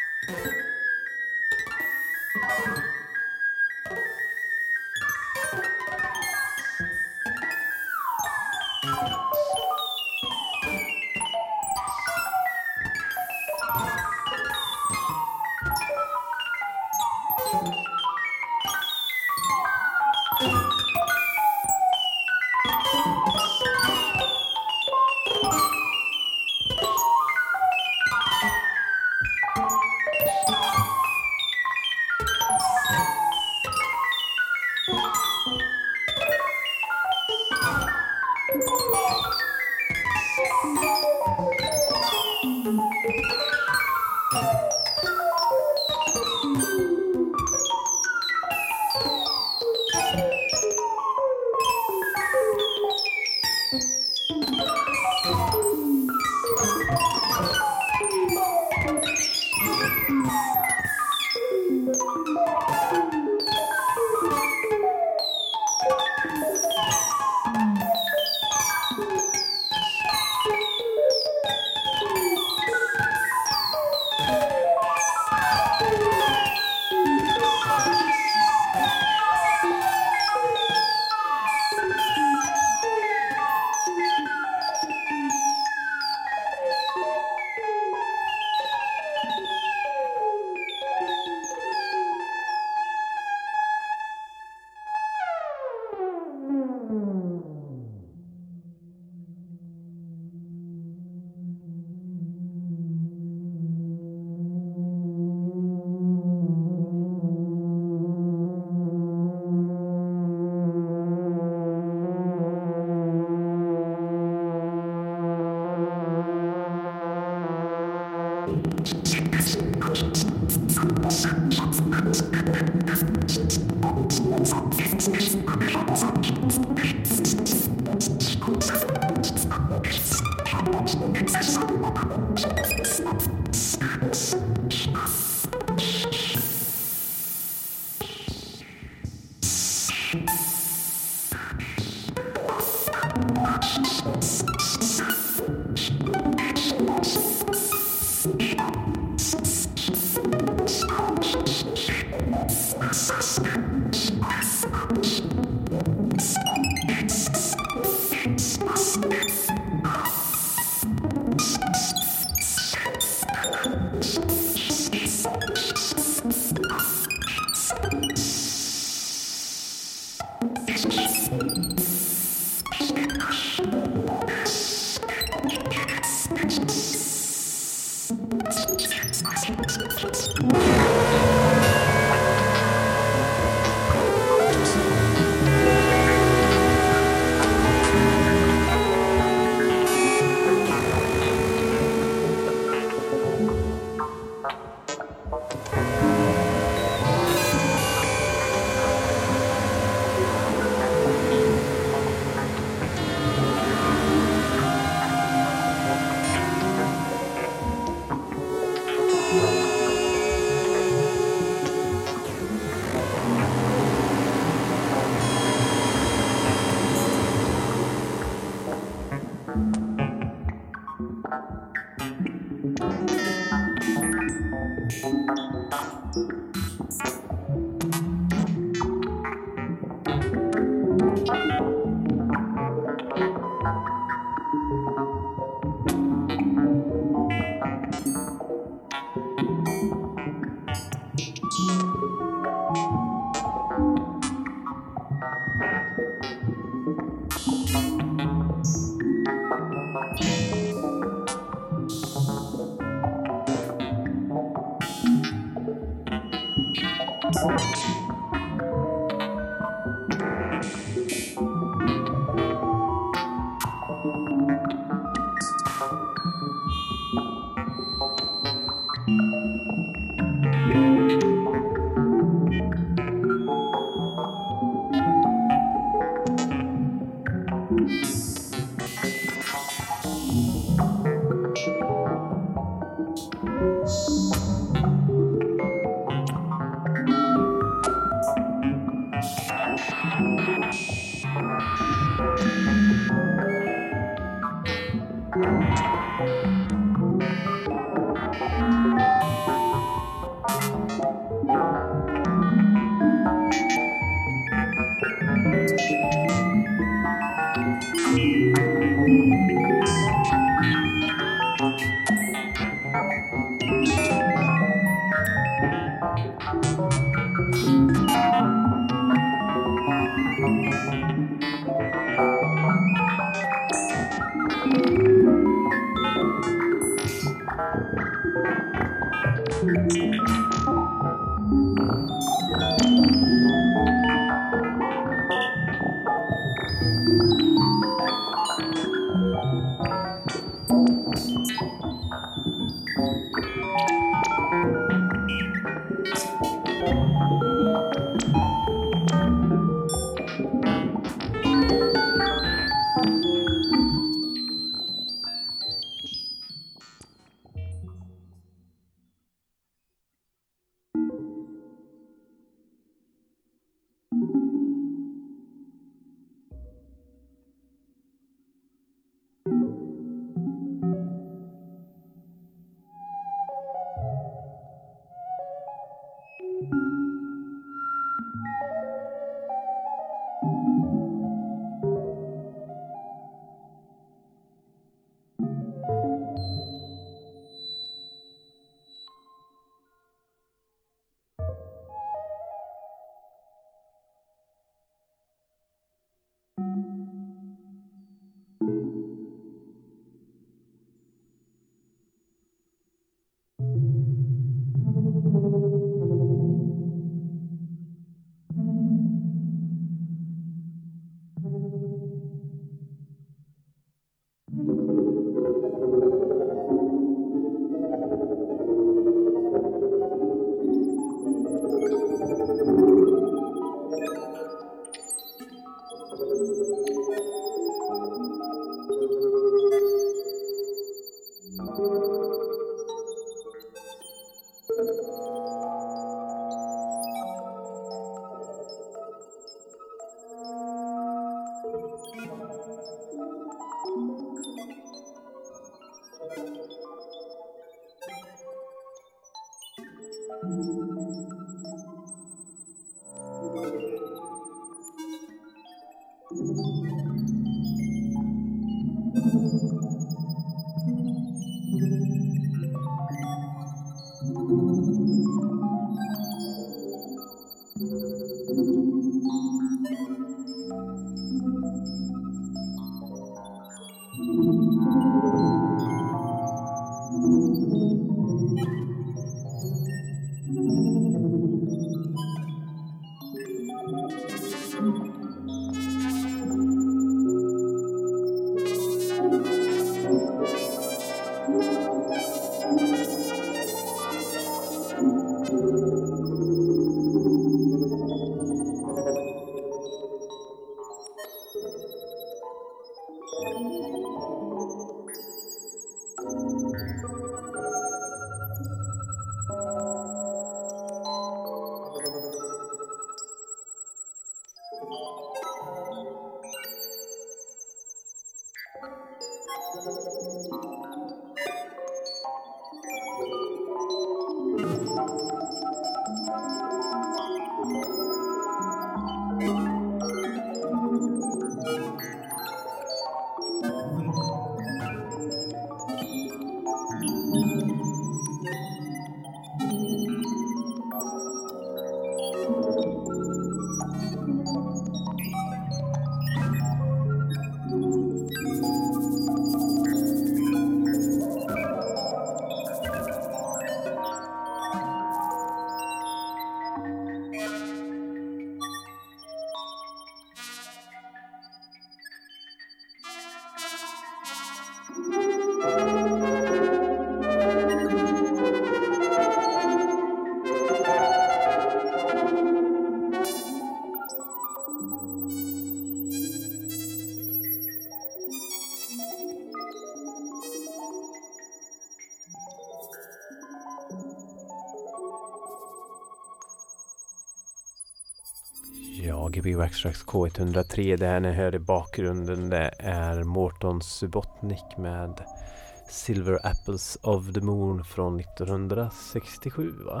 Ja, Gbg Waxtrax K103, det här ni hör i bakgrunden, det är Morton Subotnick med Silver Apples of the Moon från 1967, va?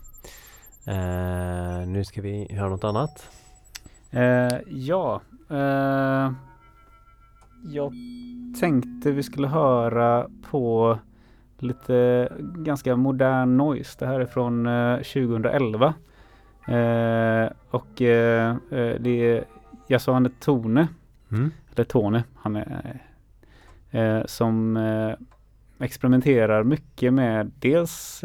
Nu ska vi höra något annat. Jag tänkte vi skulle höra på lite ganska modern noise. Det här är från 2011. Det är Yasuhane Tone, eller Tone, han är som experimenterar mycket med dels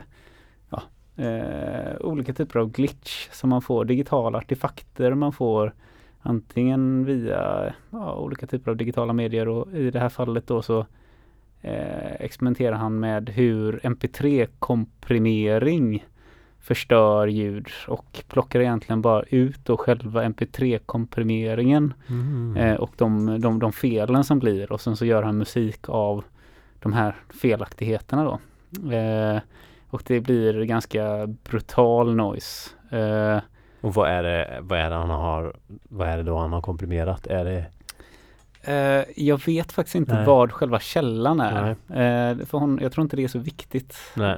olika typer av glitch som man får, digitala artefakter man får antingen via olika typer av digitala medier, och i det här fallet då så experimenterar han med hur MP3-komprimering förstör ljud och plockar egentligen bara ut då själva MP3-komprimeringen och de felen som blir, och sen så gör han musik av de här felaktigheterna då. Och det blir ganska brutal noise. Och vad är det då han har komprimerat? Är det jag vet faktiskt inte vad själva källan är. Jag tror inte det är så viktigt.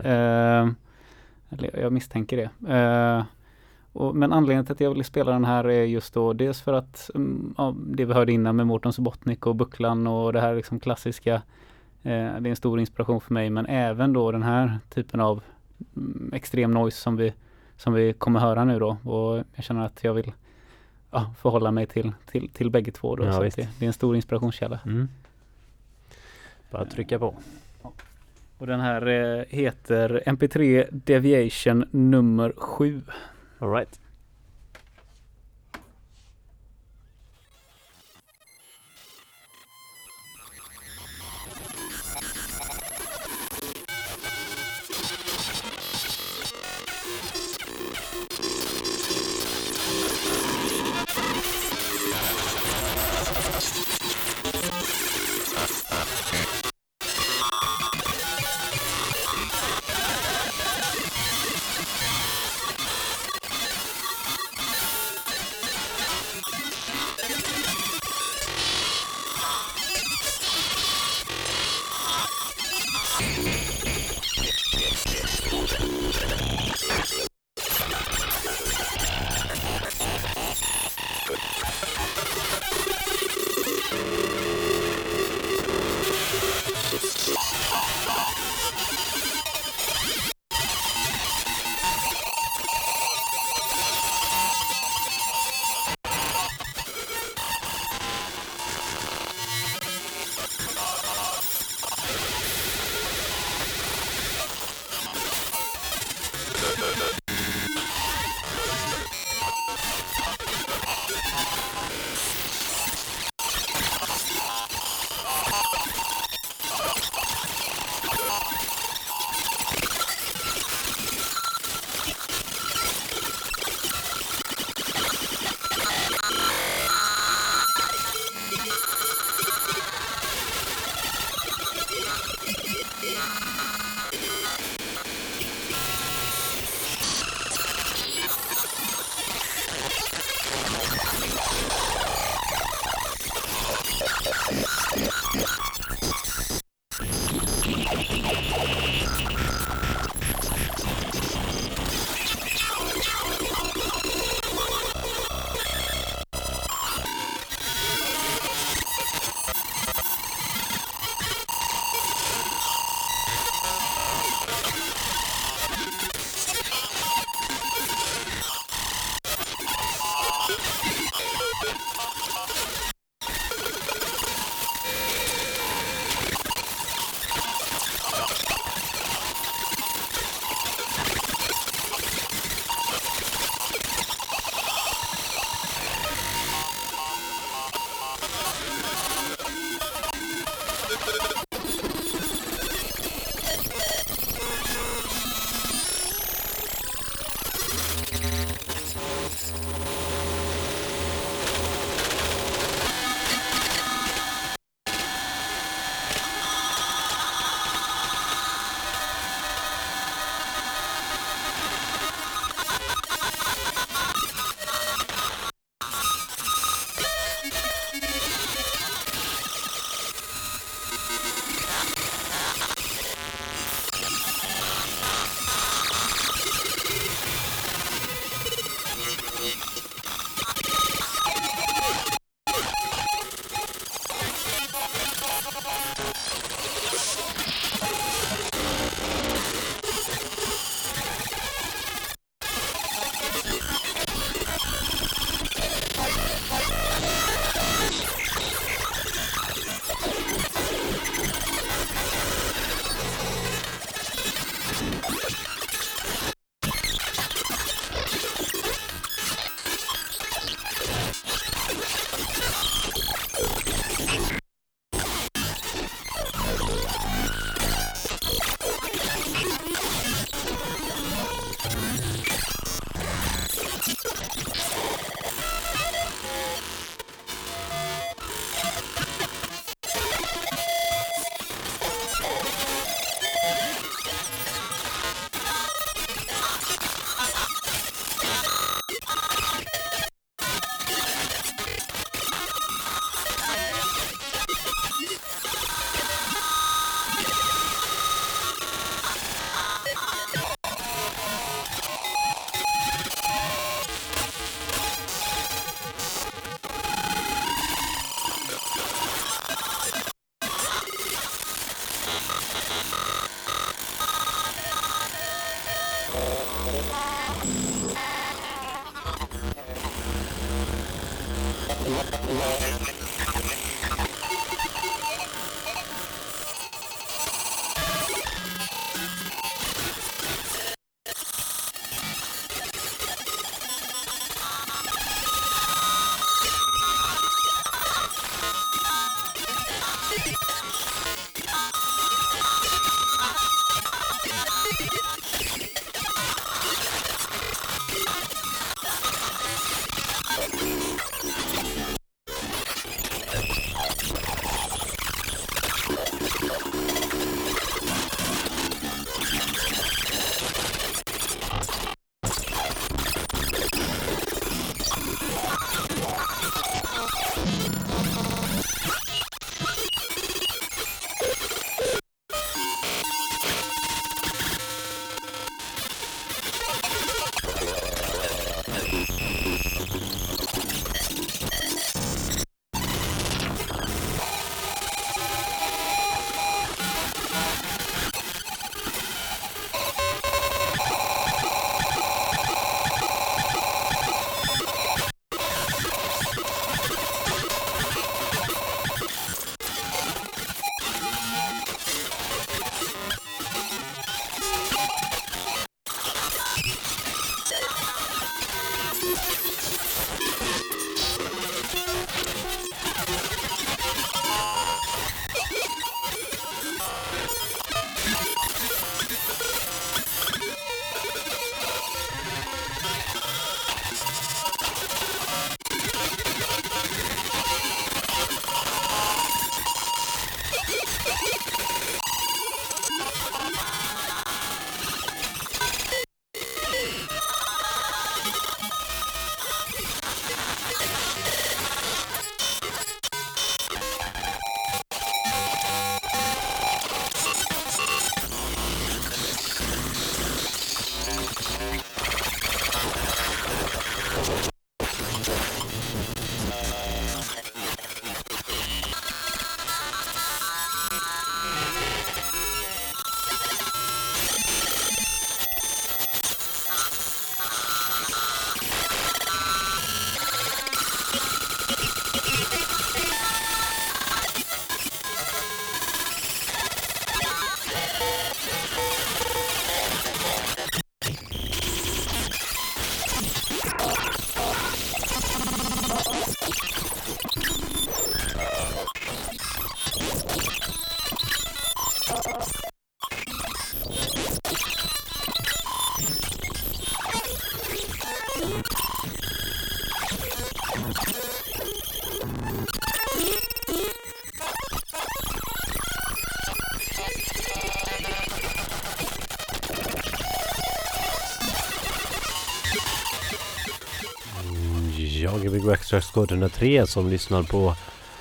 Jag misstänker det. Men anledningen till att jag vill spela den här är just då dels för att det vi hörde innan med Morton Subotnick och Bucklan och det här liksom klassiska, det är en stor inspiration för mig, men även då den här typen av extrem noise som vi kommer höra nu då, och jag känner att jag vill förhålla mig till bägge två då, så att det är en stor inspirationskälla. Bara trycka på. Och den här heter MP3 Deviation nummer 7. All right. Jag är Big Backstracks Squad 103 som lyssnar på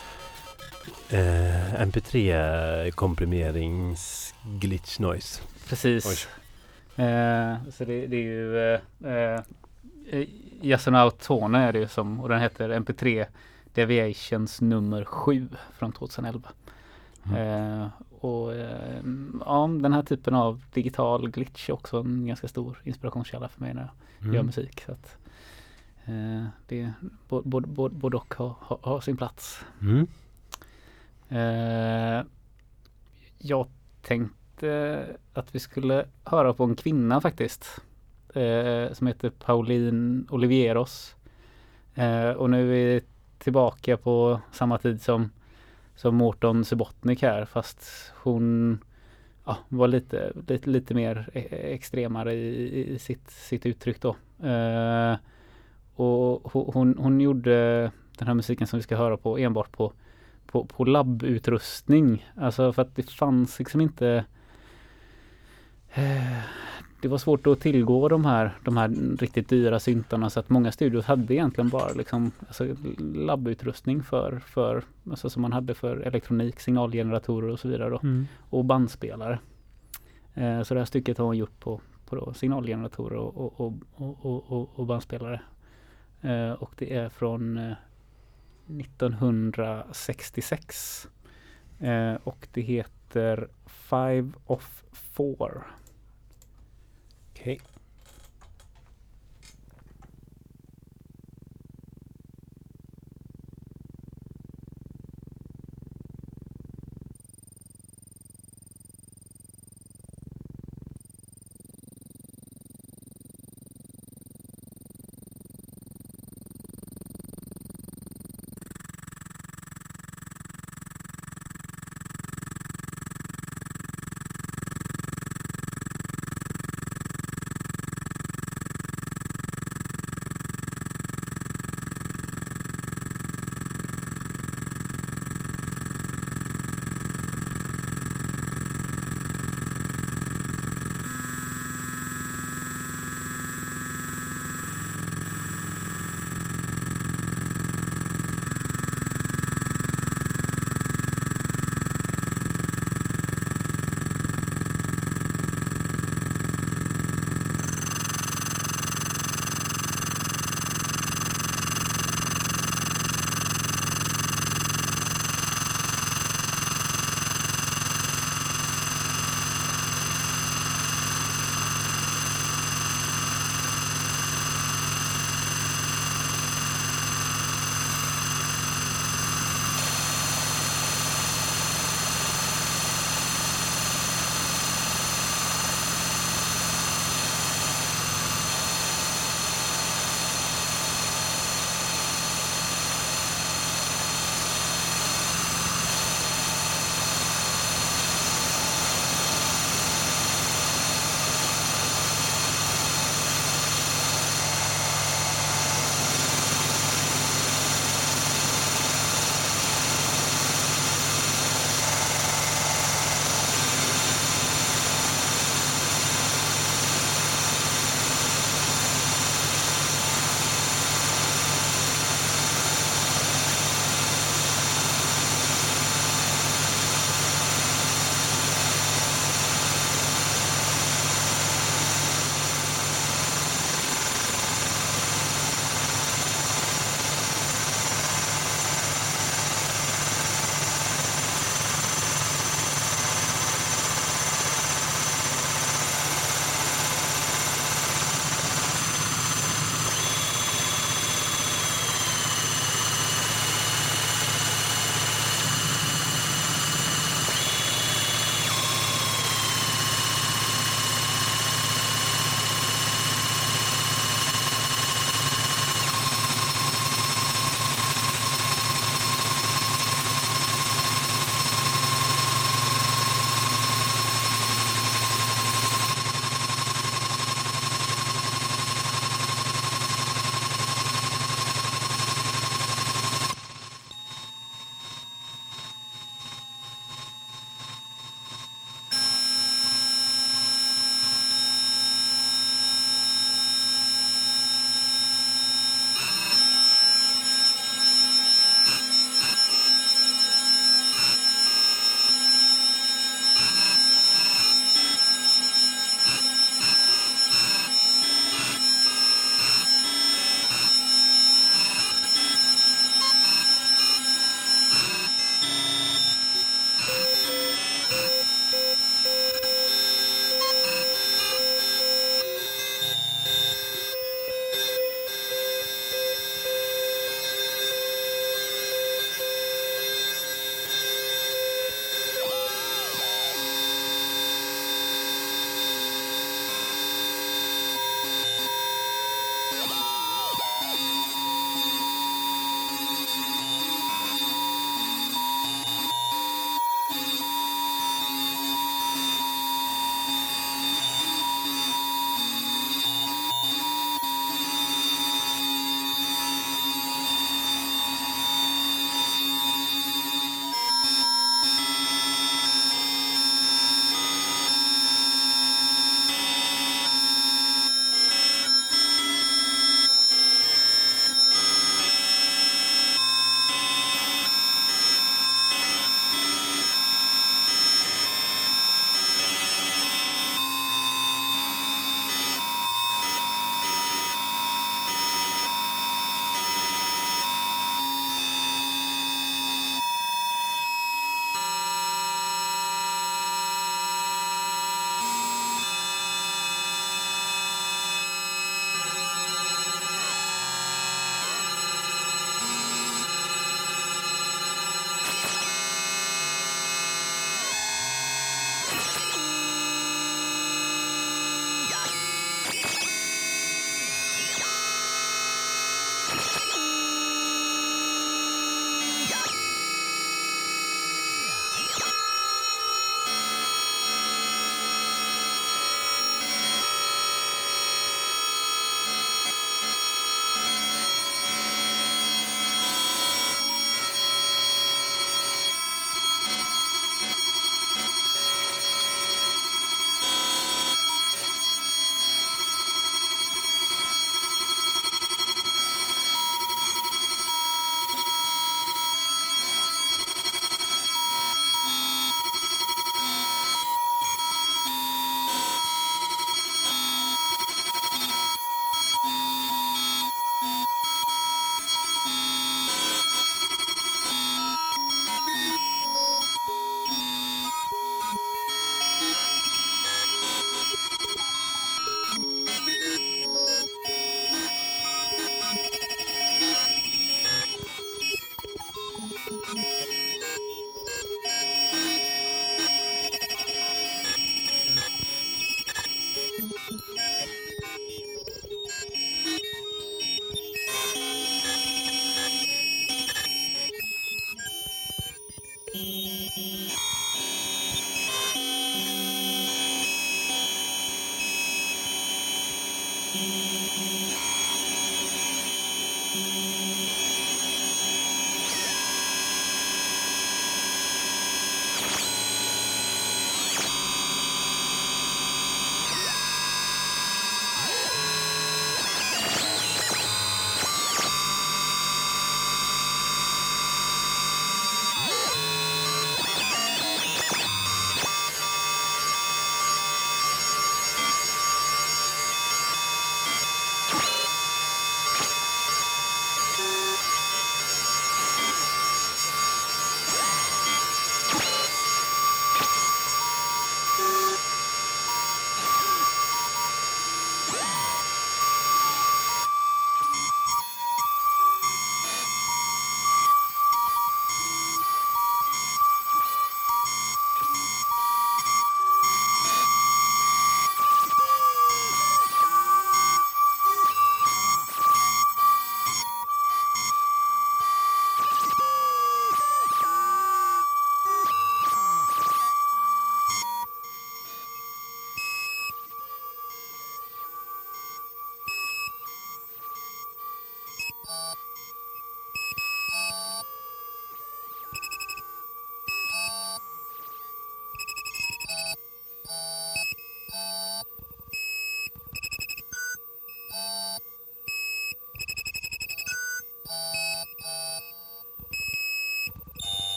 MP3 komprimerings glitch noise. Precis. Så det är ju Yes and Out Tone är det ju som, och den heter MP3 Deviations nummer 7 från 2011. Ja, den här typen av digital glitch är också en ganska stor inspirationskälla för mig när jag gör musik. Så att, det både och har sin plats. Jag tänkte att vi skulle höra på en kvinna faktiskt. Som heter Pauline Olivieros. Och nu är vi tillbaka på samma tid som Morton Subotnick här, fast hon var lite mer extremare i sitt uttryck då. Och hon gjorde den här musiken som vi ska höra på enbart på labbutrustning. Alltså för att det fanns liksom inte det var svårt att tillgå de här riktigt dyra syntarna, så att många studios hade egentligen bara liksom, alltså, labbutrustning för alltså, som man hade för elektronik, signalgeneratorer och så vidare då, och bandspelare. Så det här stycket har hon gjort på då, signalgeneratorer och bandspelare. Och det är från 1966 och det heter 5 of 4. Okej.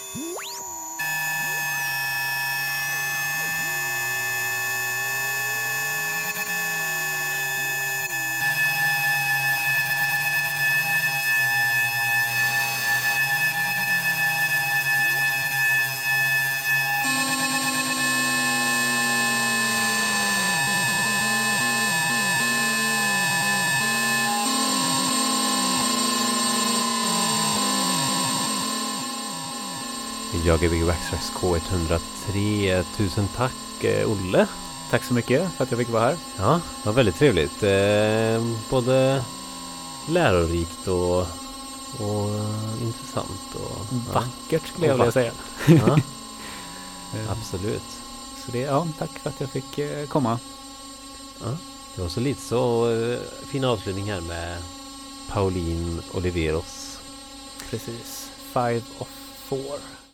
Jag är Big Backtracks K103. Tusen tack Olle. Tack så mycket för att jag fick vara här. Ja, det var väldigt trevligt. Både lärorikt och intressant. Och Vackert skulle jag vilja säga. Ja, absolut. Så det, tack för att jag fick komma. Ja, det var så lite så fin avslutning här med Pauline Oliveros. Precis. 5 of 4.